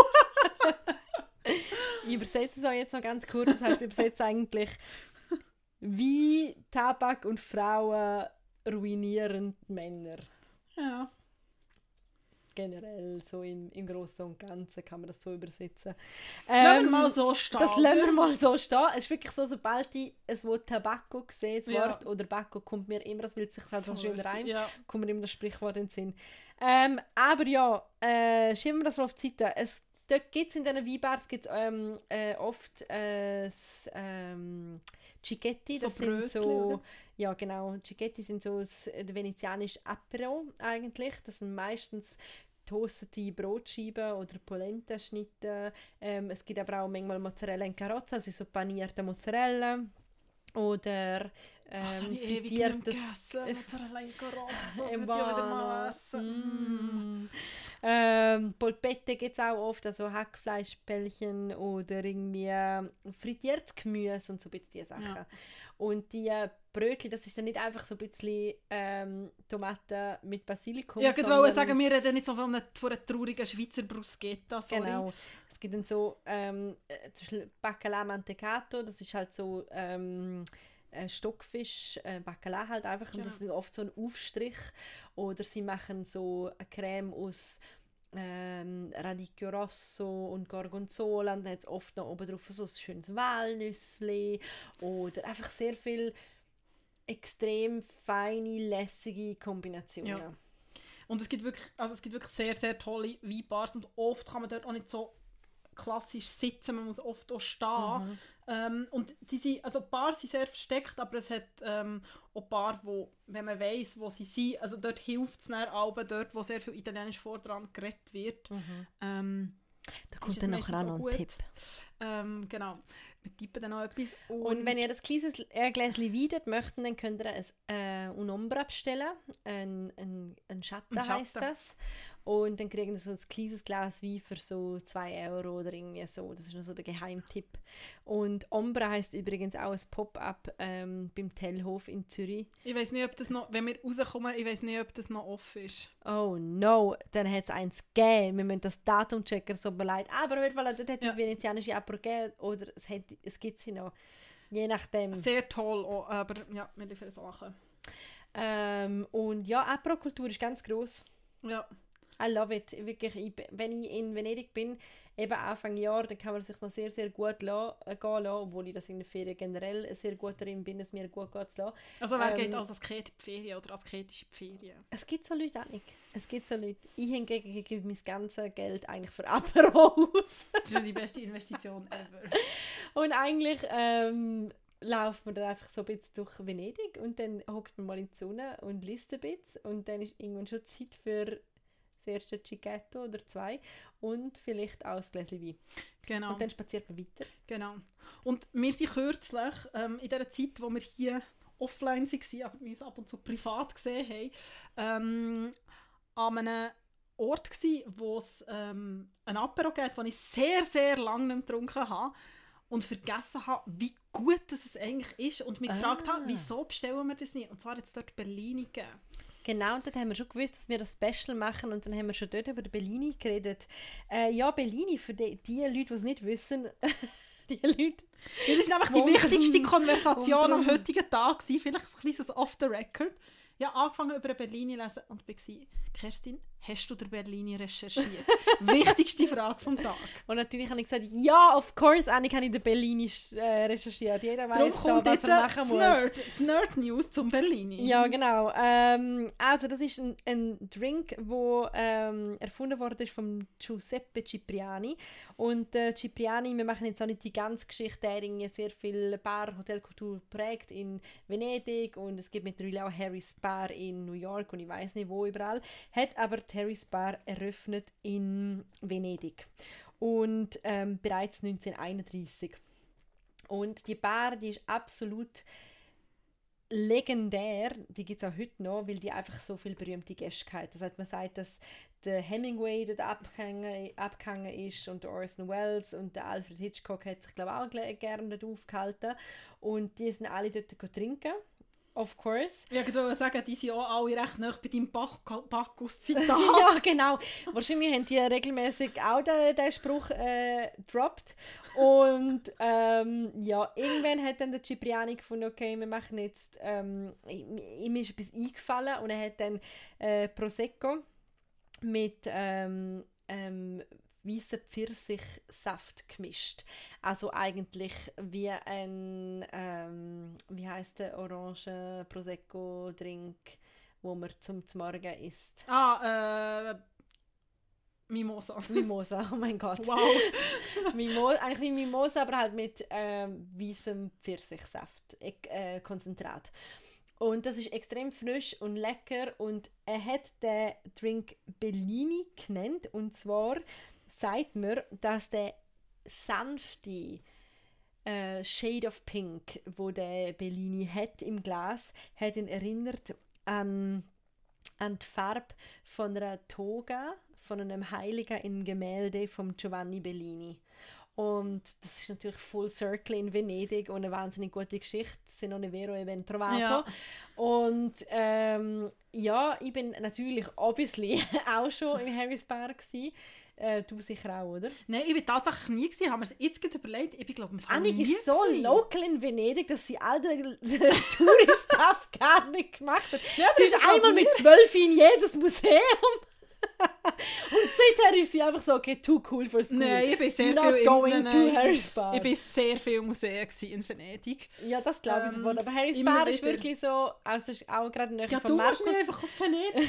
Ich übersetze es auch jetzt noch ganz kurz. Das heißt, ich übersetze eigentlich wie Tabak und Frauen ruinieren Männer. Ja. Generell, so im, im Großen und Ganzen kann man das so übersetzen. Ähm, lassen wir Ähm, mal so stehen. Das lassen wir mal so stehen. Es ist wirklich so, sobald ich ein Wort Tabacco sehe, das ja. Wort, oder Bacco, kommt mir immer, das will sich halt so, so schön rein, ja. kommt mir immer das Sprichwort in den Sinn. Ähm, aber ja, äh, schieben wir das mal auf die Seite. Es dort gibt es in diesen Weinbars gibt's, ähm, äh, oft äh, s- ähm, Cicchetti, das So sind Brötchen, so, oder? ja genau, Cicchetti sind so das äh, venezianische Apero eigentlich. Das sind meistens toastete Brotscheiben oder Polenta-Schnitte. Ähm, es gibt aber auch manchmal Mozzarella in Carozza, also so panierte Mozzarella. Oder Das habe ähm, ich ewig nicht mehr frittiertes gegessen. Mozzarella in Carozza, das im würde ich ja wieder mal Bano. essen. Mm. Mm. Ähm, Polpette gibt es auch oft, also Hackfleischbällchen oder irgendwie äh, frittiertes Gemüse und so ein bisschen diese Sachen. Ja. Und die äh, Brötchen, das ist dann nicht einfach so ein bisschen ähm, Tomaten mit Basilikum, Ja, ich wollte sondern sagen, wir reden nicht so von einer, von einer traurigen Schweizer Bruschetta, sorry. genau. Es gibt dann so ähm, äh, zum Beispiel Bacalà Mantecato, das ist halt so ähm, äh, Stockfisch, äh, Bacalà halt einfach, und Genau. das ist oft so ein Aufstrich. Oder sie machen so eine Creme aus ähm, Radicchio Rosso und Gorgonzola, und dann hat es oft noch oben drauf so ein schönes Walnüssli oder einfach sehr viel extrem feine, lässige Kombinationen. Ja. Und es gibt wirklich, also es gibt wirklich sehr, sehr tolle Weinbars und oft kann man dort auch nicht so klassisch sitzen, man muss oft auch stehen. Mhm. Ähm, und die sind, also Bars sind sehr versteckt, aber es hat ähm, auch Bars, wo, wenn man weiss, wo sie sind, also dort hilft es dann auch, dort, wo sehr viel Italienisch vordran geredet wird. Mhm. Ähm, Da ist kommt es dann meistens nachher auch auch noch ein gut. Tipp. Ähm, genau. Wir tippen dann noch etwas. Und, Und wenn ihr das kleines äh, Gläschen Wein dort möchtet, dann könnt ihr ein äh, Unombra bestellen. Ein, ein, ein Schatten Ein heisst Schatten. das. Und dann kriegt ihr so ein kleines Glas Wein für so zwei Euro oder irgendwie so. Das ist noch so der Geheimtipp. Und Ombra heisst übrigens auch ein Pop-up ähm, beim Tellhof in Zürich. ich weiss nicht, ob das noch, wenn wir rauskommen, ich weiss nicht, ob das noch offen ist. Oh no, dann hat es eins gegeben. Wir müssen das Datum checken, so mir leid. Aber auf jeden Fall, dort hat es Ja. venezianische Apero gegeben oder es, hat, es gibt sie noch. Je nachdem. Sehr toll, auch, aber ja, wir liefern Sachen. Ähm, und ja, Apero-Kultur ist ganz gross. Ja. I love it. Wirklich, ich, wenn ich in Venedig bin, eben Anfang Jahr, dann kann man sich noch sehr, sehr gut la- äh, gehen lassen, obwohl ich das in der Ferien generell sehr gut darin bin, es mir gut geht zu lassen. Also wer Ähm, geht als Asket in die Ferien oder asketische Ferien? Es gibt so Leute auch nicht. Es gibt so Leute. Ich hingegen gebe mein ganzes Geld eigentlich für Apero aus. Das ist ja die beste Investition ever. Und eigentlich ähm, läuft man dann einfach so ein bisschen durch Venedig und dann hockt man mal in die Sonne und liest ein bisschen und dann ist irgendwann schon Zeit für das erste Cicchetto oder zwei und vielleicht auch das Gläschen Wein. Genau. Und dann spaziert man weiter. Genau. Und wir sind kürzlich, ähm, in der Zeit, wo wir hier offline waren, aber wir uns ab und zu privat gesehen haben, ähm, an einem Ort gsi, wo es ähm, ein Apero gibt, den ich sehr, sehr lange nicht mehr getrunken habe und vergessen habe, wie gut das es eigentlich ist und mich Ah. gefragt habe, wieso bestellen wir das nicht? Und zwar hat es dort Bellini gegeben. Genau, und dort haben wir schon gewusst, dass wir das Special machen und dann haben wir schon dort über den Bellini geredet. Äh, ja, Bellini, für die, die Leute, die es nicht wissen, die Leute... Ja, das ist einfach die Wundern- wichtigste Konversation am wundern. heutigen Tag gewesen. Vielleicht ein kleines Off the Record. Ja, angefangen über den Bellini zu lesen und war, Kerstin, hast du den Bellini recherchiert? Wichtigste Frage vom Tag. Und natürlich habe ich gesagt, ja, of course, Annik habe ich den Bellini äh, recherchiert. Jeder Darum weiß da, kommt was jetzt er äh, machen das muss. Nerd, die Nerd-News zum Bellini. Ja, genau. Ähm, also das ist ein, ein Drink, der ähm, erfunden wurde von Giuseppe Cipriani. Und äh, Cipriani, wir machen jetzt auch nicht die ganze Geschichte, der hat irgendwie sehr viel Bar- Hotelkultur prägt in Venedig und es gibt mittlerweile auch Harry's Bar in New York und ich weiß nicht wo überall. Hat aber die Harry's Bar eröffnet in Venedig und ähm, bereits neunzehnhunderteinunddreißig. Und die Bar, die ist absolut legendär, die gibt es auch heute noch, weil die einfach so viele berühmte Gäste hat. Das heißt, man sagt, dass der Hemingway dort abgehangen, abgehangen ist und der Orson Welles und der Alfred Hitchcock hat sich, glaube ich, auch gl- gerne dort aufgehalten. Und die sind alle dort go trinken, of course. Ja, ich wollte sagen, die sind auch alle recht nah bei deinem Bach- Bacchus-Zitat. Ja, genau. Wahrscheinlich haben die regelmäßig auch den, den Spruch äh, gedroppt. Und ähm, ja, irgendwann hat dann der Cipriani gefunden, okay, wir machen jetzt, ähm, ihm ist etwas eingefallen und er hat dann äh, Prosecco mit ähm, ähm, weißen Pfirsichsaft gemischt. Also eigentlich wie ein, ähm, wie heisst der Orange Prosecco Drink, wo man zum Morgen isst. Ah, äh... Mimosa. Mimosa, oh mein Gott. Wow. Mimo- eigentlich wie Mimosa, aber halt mit ähm, weißem Pfirsichsaft, äh, Konzentrat. Und das ist extrem frisch und lecker und er hat den Drink Bellini genannt und zwar sagt man, dass der sanfte äh, Shade of Pink, wo der Bellini hat im Glas, hat ihn erinnert an, an die Farbe von einer Toga, von einem Heiligen im Gemälde von Giovanni Bellini. Und das ist natürlich Full Circle in Venedig und eine wahnsinnig gute Geschichte. Se non è vero e ben trovato. Ja. Und ähm, ja, ich bin natürlich obviously auch schon in Harry's Bar gsi. Äh, du sicher auch, oder? Nein, ich bin tatsächlich nie gewesen. Haben wir es jetzt gerade überlegt? Ich bin, glaube ich, Annik nie ist so gewesen. local in Venedig, dass sie all den, den Tourist-Stuff gar nicht gemacht hat. Ja, sie ist ich glaub einmal nie. mit zwölf in jedes Museum. Und seither ist sie einfach so, okay, too cool for school. Nein, ich bin sehr Not viel going in, to nein, Harry's Bar. Ich bin sehr viel in Museen in Venedig. Ja, das glaube ich Ähm, sofort. Aber Harry's immer Bar ist wieder. wirklich so, also ist auch gerade in der Nähe Ja, von du musst Markus. mich einfach auf Venedig.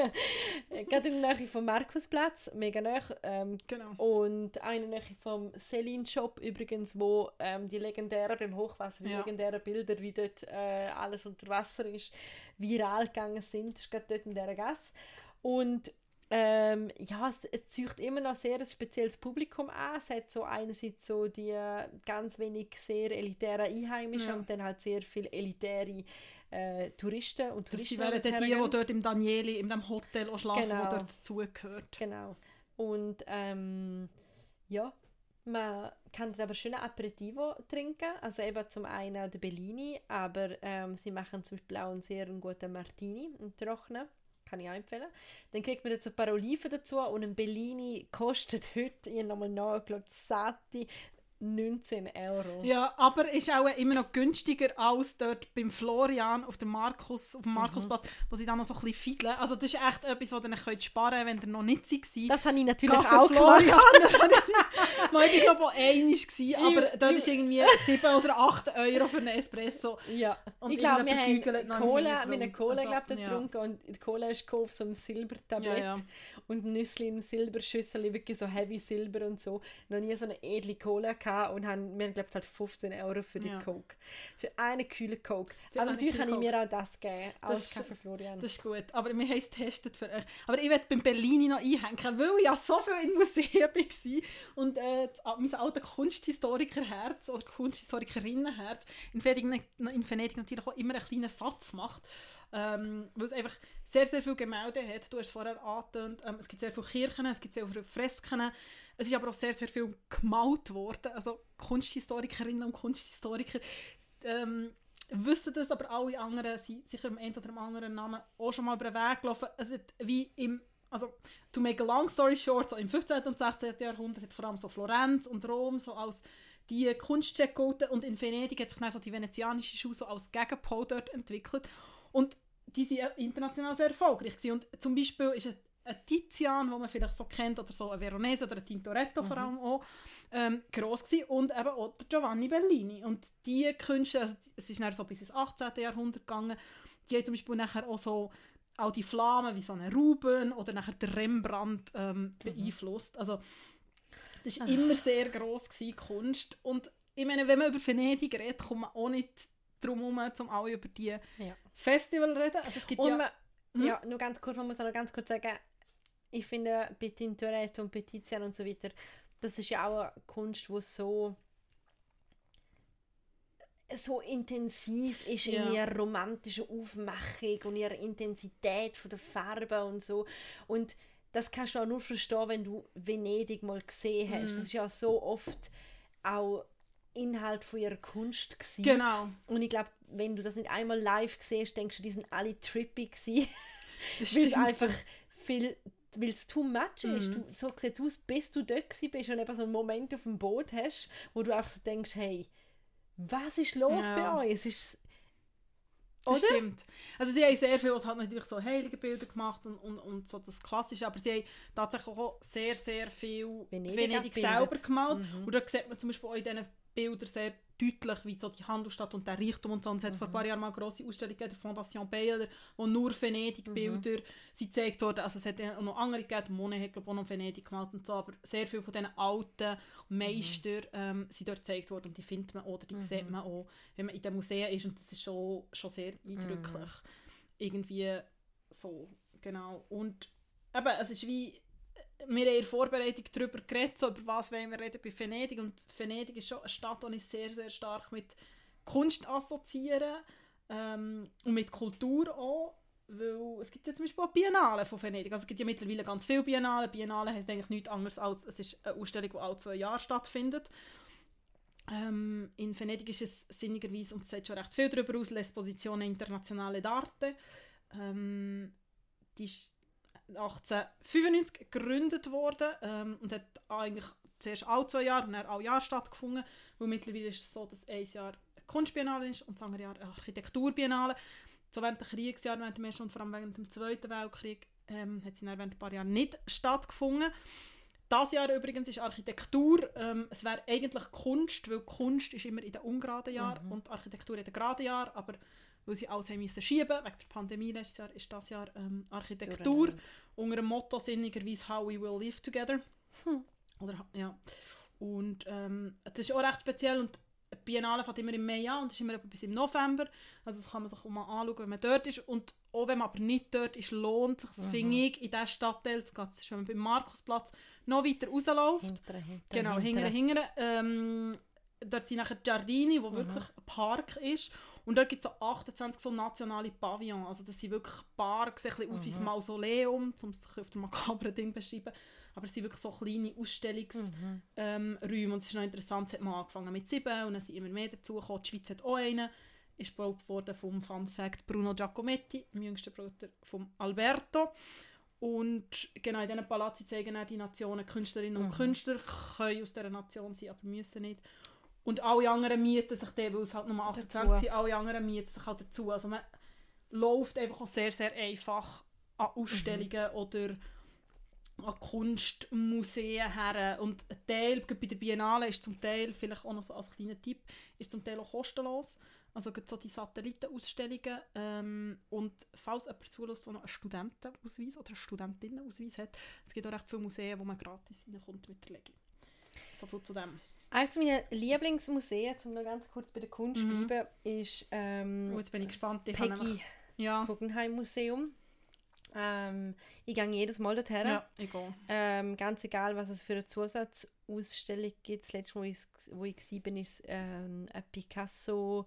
Gerade in der Nähe vom Markusplatz, mega nah. Ähm, Genau. Und auch in der Nähe vom Celine Shop übrigens, wo ähm, die legendären, beim Hochwasser, die Ja. legendären Bilder, wie dort äh, alles unter Wasser ist, viral gegangen sind. Das ist gerade dort in dieser Gasse. Und ähm, ja, es, es zieht immer noch sehr ein spezielles Publikum an. Es hat so einerseits so die äh, ganz wenig sehr elitären Einheimischen Ja. und dann halt sehr viele elitäre äh, Touristen und Das Touristen. wären dann die, die dort im Danieli, in dem Hotel auch schlafen, Genau. wo dort dazugehört. Genau. Und ähm, ja, man kann aber schöne Aperitivo trinken. Also eben zum einen der Bellini, aber ähm, sie machen zum Beispiel auch einen sehr guten Martini, einen trockenen. Kann ich auch empfehlen. Dann kriegt man dazu ein paar Oliven dazu und ein Bellini kostet heute, ich habe nochmal nachgeschaut, satte neunzehn Euro. Ja, aber ist auch immer noch günstiger als dort beim Florian auf dem Markus, auf dem Markusplatz, wo sie dann noch so ein bisschen fiedeln. Also das ist echt etwas, was ihr nicht könnt sparen könnt, wenn ihr noch nicht seid. Das habe ich natürlich Kaffee auch Florian, gemacht. das habe ich mal, ich glaube auch einmal gewesen, aber dort ist irgendwie sieben oder acht Euro für einen Espresso. Ja, Und ich glaube, wir irgendjemand bügelt haben noch Cola, im wir haben Hintergrund. Cola Also, glaub, da ja. getrunken und die Cola ist gekommen auf so einem Silbertablett Ja, ja. und Nüssli im Silberschüssel, wirklich so heavy Silber und so. Noch nie so eine edle Cola gehabt und haben, wir haben glaube ich halt fünfzehn Euro für die Ja. Coke. Für eine kühle Coke. Für Aber eine natürlich kühle kann ich mir auch das geben, Das als ist- Kaffee Florian. Das ist gut, aber wir haben es getestet für euch. Aber ich werde beim Bellini noch einhängen, weil ich ja so viel in Museen war und äh, das, mein altes Kunsthistorikerherz oder Kunsthistorikerinnenherz in Venedig, in Venedig natürlich auch immer einen kleinen Satz macht, ähm, weil es einfach sehr, sehr viele Gemälde hat. Du hast es vorher angetönt, ähm, es gibt sehr viele Kirchen, es gibt sehr viele Fresken, es ist aber auch sehr, sehr viel gemalt worden. Also Kunsthistorikerinnen und Kunsthistoriker ähm, wissen das, aber alle anderen sind sicher am einen oder am anderen Namen auch schon mal über den Weg gelaufen. Es hat wie im, also to make a long story short, so im fünfzehnten und sechzehnten Jahrhundert hat vor allem so Florenz und Rom so als die Kunststätte gelten und in Venedig hat sich dann so die venezianische Schule so als Gegenpol dort entwickelt und die sind international sehr erfolgreich gewesen. Und zum Beispiel ist ein, ein Tizian, den man vielleicht so kennt, oder so ein Veronese oder ein Tintoretto mhm. vor allem auch, ähm, gross gewesen. Und eben auch der Giovanni Bellini. Und die Künste, also es ist dann so bis ins achtzehnten Jahrhundert gegangen, die haben zum Beispiel nachher auch so auch die Flammen wie so eine Ruben oder nachher der Rembrandt ähm, beeinflusst. Also das war immer sehr gross gewesen, Kunst. Und ich meine, wenn man über Venedig redet, kommt man auch nicht darum herum, um alle über die Ja. Festival reden. Also es gibt Und ja... man, Mhm. ja, nur ganz kurz, man muss auch noch ganz kurz sagen, ich finde bei Tintoretto und bei Tizian und so weiter, das ist ja auch eine Kunst, die so so intensiv ist in Ja. ihrer romantischen Aufmachung und ihrer Intensität von der Farbe und so. Und das kannst du auch nur verstehen, wenn du Venedig mal gesehen hast. Mhm. Das ist ja so oft auch Inhalt von ihrer Kunst gewesen. Genau. Und ich glaube, wenn du das nicht einmal live siehst, denkst du, die sind alle trippy gewesen. Das Weil es stimmt. einfach viel, weil es too much ist. Mhm. Du, so sieht es aus, bis du dort gewesen bist und eben so einen Moment auf dem Boot hast, wo du einfach so denkst, hey, was ist los Ja. bei euch? Es ist... Das Oder? stimmt. Also sie haben sehr viel, es hat natürlich so heilige Bilder gemacht und, und, und so das Klassische, aber sie haben tatsächlich auch sehr, sehr viel Venedig Venedig, abgebildet. selber gemalt. Mhm. Und da sieht man zum Beispiel auch in diesen Bilder sehr deutlich, wie so die Handelsstadt und der Reichtum und so. Und es hat mhm. vor ein paar Jahren mal eine grosse Ausstellung gegeben, der Fondation Baylor, wo nur Venedig-Bilder mhm. sind gezeigt wurden. Also es hat auch noch andere gegeben, Monet hat glaube ich auch noch Venedig gemalt und so, aber sehr viele von diesen alten Meistern mhm. ähm, sind dort gezeigt worden und die findet man oder die mhm. sieht man auch, wenn man in den Museen ist und das ist schon, schon sehr eindrücklich. Mhm. Irgendwie so, genau. Und eben, es ist wie, wir haben in der Vorbereitung darüber geredet, so, über was wollen wir reden bei Venedig. Und Venedig ist schon eine Stadt, die ich sehr, sehr stark mit Kunst assoziiere ähm, und mit Kultur auch. Weil es gibt ja zum Beispiel auch Biennale von Venedig. Also es gibt ja mittlerweile ganz viele Biennale. Biennale heisst eigentlich nichts anderes als, es ist eine Ausstellung, die alle zwei Jahre stattfindet. Ähm, in Venedig ist es sinnigerweise, und es sagt schon recht viel darüber aus, L'Esposizione Internazionale d'Arte. Ähm, die ist achtzehnhundertfünfundneunzig gegründet worden ähm, und hat eigentlich zuerst alle zwei Jahre und dann alle Jahre stattgefunden, weil mittlerweile ist es so, dass ein Jahr eine Kunstbiennale ist und das andere Jahr eine Architekturbiennale. So während der Kriegsjahre, während dem Ersten und vor allem während dem Zweiten Weltkrieg, ähm, hat sie dann während ein paar Jahren nicht stattgefunden. Dieses Jahr übrigens ist Architektur, ähm, es wäre eigentlich Kunst, weil Kunst ist immer in den ungeraden Jahren mhm. und Architektur in den geraden Jahren, aber weil sie alles haben müssen schieben, wegen der Pandemie letztes Jahr, ist das Jahr ähm, Architektur, unter dem Motto sinnigerweise «How we will live together». Hm. Oder, ja. Und ähm, das ist auch recht speziell und die Biennale fängt immer im Mai an und ist immer bis im November, also das kann man sich auch mal anschauen, wenn man dort ist. Und auch wenn man aber nicht dort ist, lohnt es sich, mhm. finde ich, in diesen Stadtteil zu gehen. Das ist, wenn man beim Markusplatz noch weiter rausläuft. Hintere, hintere, genau, hintere, hintere. Ähm, dort sind nachher Giardini, wo mhm. wirklich ein Park ist. Und dort gibt es so achtundzwanzig so nationale Pavillons. Also das sind wirklich Parks, sehen ein bisschen aus mhm. wie ein Mausoleum, um es auf dem makabren Ding zu beschreiben. Aber es sind wirklich so kleine Ausstellungsräume. Mhm. Ähm, und es ist noch interessant, es hat mal angefangen mit sieben und dann sind immer mehr dazugekommen. Die Schweiz hat auch einen. Ist gebaut worden vom Fun Fact Bruno Giacometti, dem jüngsten Bruder von Alberto. Und genau in diesen Palazzi zeigen auch die Nationen, Künstlerinnen und mhm. Künstler können aus dieser Nation sein, aber müssen nicht. Und alle anderen mieten sich dann, weil es halt nur achtundzwanzig sind, alle anderen mieten sich halt dazu. Also man läuft einfach auch sehr, sehr einfach an Ausstellungen mhm. oder an Kunstmuseen her. Und ein Teil, bei der Biennale ist zum Teil, vielleicht auch noch so als kleiner Tipp, ist zum Teil auch kostenlos. Also gibt so die Satellitenausstellungen. Ähm, und falls jemand zulässt, der noch einen Studentenausweis oder einen Studentinnenausweis hat, es gibt auch recht viele Museen, wo man gratis reinkommt mit der Legi. So viel zu dem. Eines meiner Lieblingsmuseen, um noch ganz kurz bei der Kunst zu mhm. bleiben, ist ähm, oh, jetzt bin ich gespannt. das Peggy ja. Guggenheim Museum. Ähm, ich gehe jedes Mal dorthin. Ja, ich gehe. Ähm, ganz egal, was es für eine Zusatzausstellung gibt. Das letzte Mal, wo ich, wo ich war, war es ähm, eine Picasso-Ausstellung.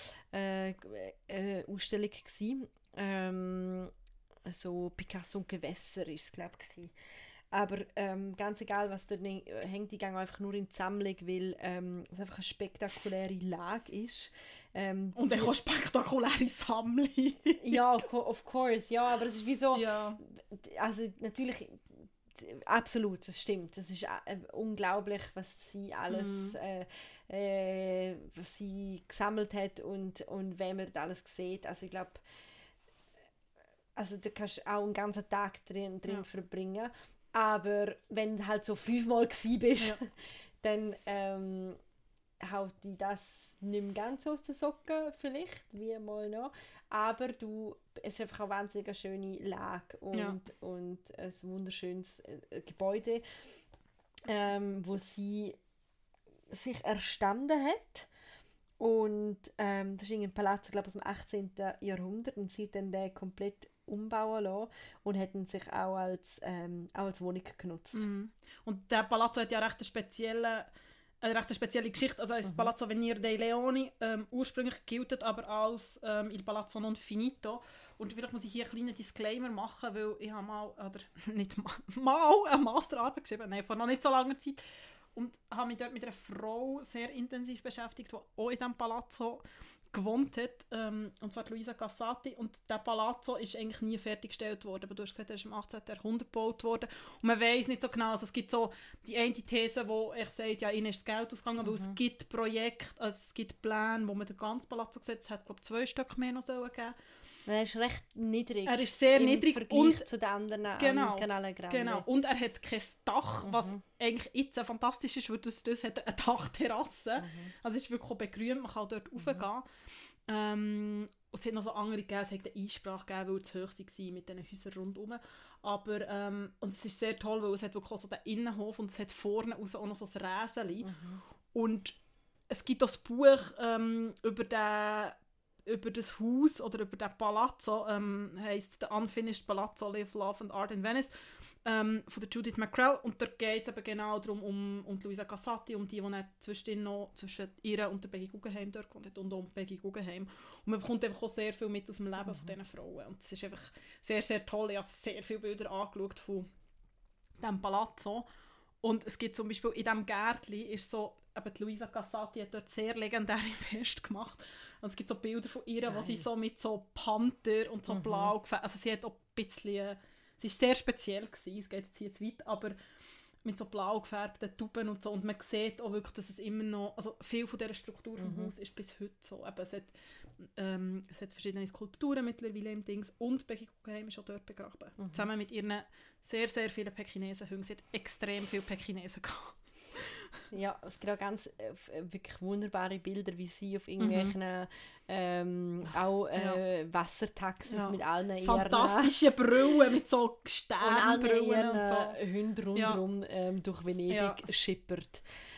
Äh, äh, ähm, so Picasso und Gewässer war es, glaube ich. Aber ähm, ganz egal, was dort hängt, die gehen einfach nur in die Sammlung, weil ähm, es einfach eine spektakuläre Lage ist. Ähm, und auch eine spektakuläre Sammlung. Ja, of course, ja, aber es ist wie so, ja. also natürlich, absolut, das stimmt. Es ist äh, unglaublich, was sie alles, mhm. äh, äh, was sie gesammelt hat und, und wenn man das alles sieht. Also ich glaube, also du kannst auch einen ganzen Tag drin, drin ja. verbringen. Aber wenn du halt so fünfmal gsi bist, ja. dann ähm, haut die das nicht mehr ganz aus den Socken, vielleicht, wie mal noch. Aber du, es ist einfach eine wahnsinnig schöne Lage und, ja. und ein wunderschönes äh, Gebäude, ähm, wo sie sich erstanden hat. Und ähm, das ist ein Palast, glaube ich, aus dem achtzehnten Jahrhundert und sie hat dann den komplett umbauen lassen und hätten sich auch als, ähm, auch als Wohnung genutzt. Mhm. Und der Palazzo hat ja recht eine spezielle, eine recht spezielle Geschichte. Also das mhm. Palazzo Venier dei Leoni ähm, ursprünglich gilt aber als ähm, Il Palazzo Non Finito. Und vielleicht muss ich hier einen kleinen Disclaimer machen, weil ich habe mal, oder nicht mal, mal eine Masterarbeit geschrieben, nein, vor noch nicht so langer Zeit. Und habe mich dort mit einer Frau sehr intensiv beschäftigt, die auch in diesem Palazzo gewohnt hat, ähm, und zwar Luisa Cassati. Und der Palazzo ist eigentlich nie fertiggestellt worden, aber du hast gesagt, er ist im achtzehnten Jahrhundert gebaut worden. Und man weiss nicht so genau, also es gibt so die eine These, wo ich sage, ja, ihnen ist das Geld ausgegangen, mhm. weil es gibt Projekte, also es gibt Pläne, wo man den ganzen Palazzo gesetzt hat, ich glaube zwei Stück mehr noch sollen geben. Er ist recht niedrig. Er ist sehr im niedrig Vergleich und zu den anderen genau, Kanalengräben. genau. Und er hat kein Dach, Mhm. was eigentlich jetzt fantastisch ist, weil das, das hat er eine Dachterrasse. Mhm. Also es ist wirklich auch begrünt, man kann dort mhm. raufgehen. Ähm, und es hat noch so andere gegeben, es hat eine Einsprache gegeben, weil es zu hoch war mit diesen Häusern rundherum. Aber ähm, und es ist sehr toll, weil es hat wirklich auch so den Innenhof und es hat vorne raus auch noch so ein Räseli. Mhm. Und es gibt auch das Buch ähm, über, den, über das Haus oder über den Palazzo, ähm, heisst «The Unfinished Palazzo, Live, Love and Art in Venice», ähm, von der Judith McCrell. Und da geht es eben genau darum, um, um Luisa Casati, um die, die dann zwischen, noch, zwischen ihr und der Peggy Guggenheim dort gewohnt hat und um Peggy Guggenheim. Und man bekommt einfach auch sehr viel mit aus dem Leben mhm. von diesen Frauen. Und es ist einfach sehr, sehr toll. Ich habe sehr viele Bilder angeschaut von diesem Palazzo. Und es gibt zum Beispiel in diesem Gärtchen, ist so, eben die Luisa Casati hat dort sehr legendäre Feste gemacht. Und es gibt so Bilder von ihr, Geil. Wo sie so mit so Panther und so mhm. blau gefällt. Also sie hat auch ein bisschen, sie war sehr speziell gewesen, es geht jetzt hier zu weit, aber mit so blau gefärbten Tuben und so. Und man sieht auch wirklich, dass es immer noch, also viel von dieser Struktur vom mhm. Haus ist bis heute so. Eben, es, hat, ähm, es hat verschiedene Skulpturen mittlerweile im Dings und Peggy Guggenheim ist auch dort begraben. Mhm. Zusammen mit ihren sehr, sehr vielen Pekinesen. Sie hat extrem viele Pekinesen gehabt. Ja, es gibt auch ganz äh, wirklich wunderbare Bilder, wie sie auf irgendwelchen mhm. ähm, auch äh, ja. Wassertaxis ja. mit allen fantastische ihren Brillen mit so Sternbrillen und, und so Hunden rundherum ja. ähm, durch Venedig ja. schippert.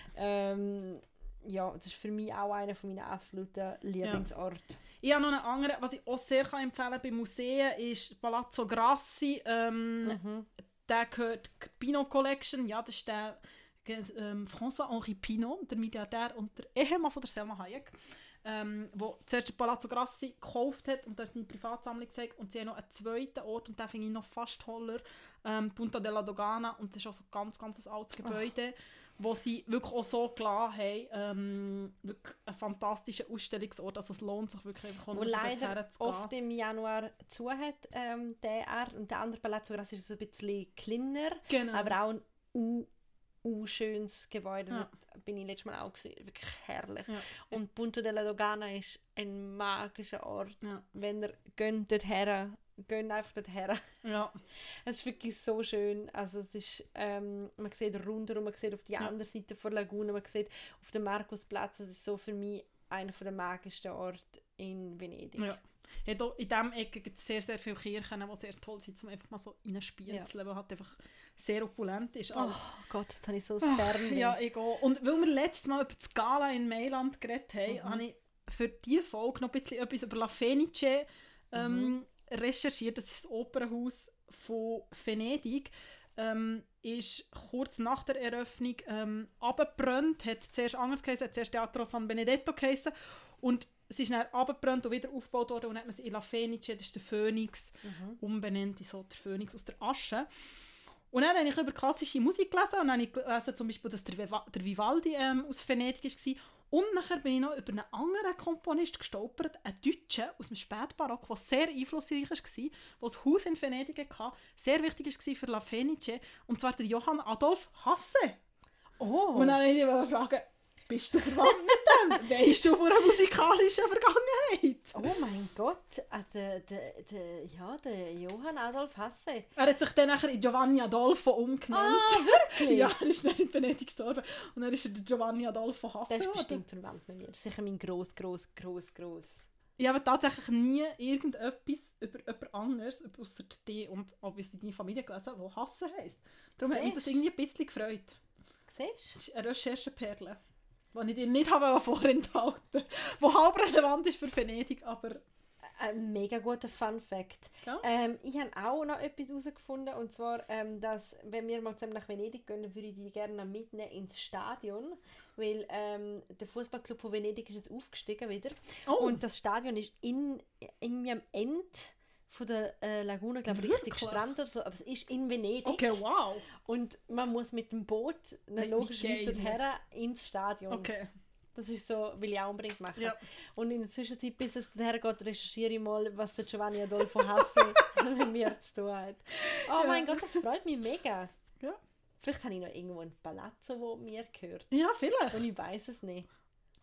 Ähm, ja, das ist für mich auch einer meiner absoluten Lieblingsorte. Ja. Ich habe noch einen anderen, was ich auch sehr kann empfehlen kann bei Museen, ist Palazzo Grassi. Ähm, mhm. Der gehört die Pinot Collection. Ja, das ist der ähm, François-Henri Pinot, der Milliardär und der Ehemann von der Selma Hayek, ähm, der zuerst den Palazzo Grassi gekauft hat und dort seine Privatsammlung gezeigt. Und sie haben noch einen zweiten Ort, und den finde ich noch fast toller, ähm, Punta della Dogana. Und das ist auch so ein ganz, ganz altes Gebäude, oh. wo sie wirklich auch so gelassen haben. Ähm, wirklich ein fantastischer Ausstellungsort. Also es lohnt sich wirklich einfach, wo leider oft im Januar zu hat, ähm, der Art. Und der andere Palazzo Grassi ist so ein bisschen kleiner, genau. aber auch ein U Uh, schönes Gebäude, ja. das bin ich letztes Mal auch gesehen, wirklich herrlich. Ja. Und Punta della Dogana ist ein magischer Ort. Ja. Wenn ihr geht dort her, geht einfach dort her. Ja. Es ist wirklich so schön. Also es ist, ähm, man sieht rundherum, man sieht auf die ja. andere Seite der Lagune, man sieht auf dem Markusplatz. Es ist so für mich einer der magischsten Orte in Venedig. Ja. Ja, in diesem Ecke gibt es sehr, sehr viele Kirchen, die sehr toll sind, um einfach mal so reinspielzeln, ja. weil halt einfach sehr opulent ist. Alles. Oh Gott, jetzt habe ich so ein Fernweh. Ja, ich gehe. Und weil wir letztes Mal über das Gala in Mailand geredet haben, mhm. habe ich für diese Folge noch ein bisschen etwas über La Fenice ähm, mhm. recherchiert. Das ist das Opernhaus von Venedig. Ähm, ist kurz nach der Eröffnung ähm, abgebrannt, hat zuerst anders geheißen, hat zuerst Teatro San Benedetto geheißen und es ist dann abgebrannt und wieder aufgebaut worden und dann hat man es in La Fenice, das ist der Phönix, mhm. umbenannt in so der Phönix aus der Asche. Und dann habe ich über klassische Musik gelesen und dann habe ich gelesen, zum Beispiel, dass der, Viva- der Vivaldi ähm, aus Venedig war. Und nachher bin ich noch über einen anderen Komponist gestolpert, einen Deutschen aus dem Spätbarock, der sehr einflussreich war, der das Haus in Venedig hatte, sehr wichtig war für La Fenice, und zwar der Johann Adolf Hasse. Oh. Und dann wollte ich mich fragen, bist du verwandt mit dem? Weisst du von einer musikalischen Vergangenheit? Oh mein Gott, äh, der, der, der, ja, der Johann Adolf Hasse. Er hat sich dann nachher in Giovanni Adolfo umgenannt. Ah, wirklich? Ja, er ist dann in Venedig gestorben. Und dann ist er der Giovanni Adolfo Hasse. Der ist bestimmt verwandt mit mir. Sicher mein gross, gross, gross, gross. Ich habe tatsächlich nie irgendetwas über jemand anderes, außer dich und obviously deine Familie gelesen, das Hasse heisst. Darum Siehst? Hat mich das irgendwie ein bisschen gefreut. Siehst? Das ist eine Rechercheperle, die ich dir nicht habe vorenthalten wollte, die halb relevant ist für Venedig, aber... Ein mega guter Fun-Fact. Ja. Ähm, ich habe auch noch etwas herausgefunden, und zwar, ähm, dass, wenn wir mal zusammen nach Venedig gehen, würde ich die gerne mitnehmen ins Stadion, weil ähm, der Fußballclub von Venedig ist jetzt aufgestiegen wieder. Oh. Und das Stadion ist in, irgendwie am Ende von der äh, Lagune, glaube ich, richtig Strand oder so, aber es ist in Venedig. Okay, wow. Und man muss mit dem Boot logischerweise her ins Stadion. Okay. Das ist so, will ich auch unbedingt machen. Ja. Und in der Zwischenzeit, bis es daher geht, recherchiere ich mal, was der Giovanni Adolfo Hasse mit mir zu tun hat. Oh ja. Mein Gott, das freut mich mega. Ja. Vielleicht habe ich noch irgendwo ein Palazzo, das mir gehört. Ja, vielleicht. Und ich weiß es nicht.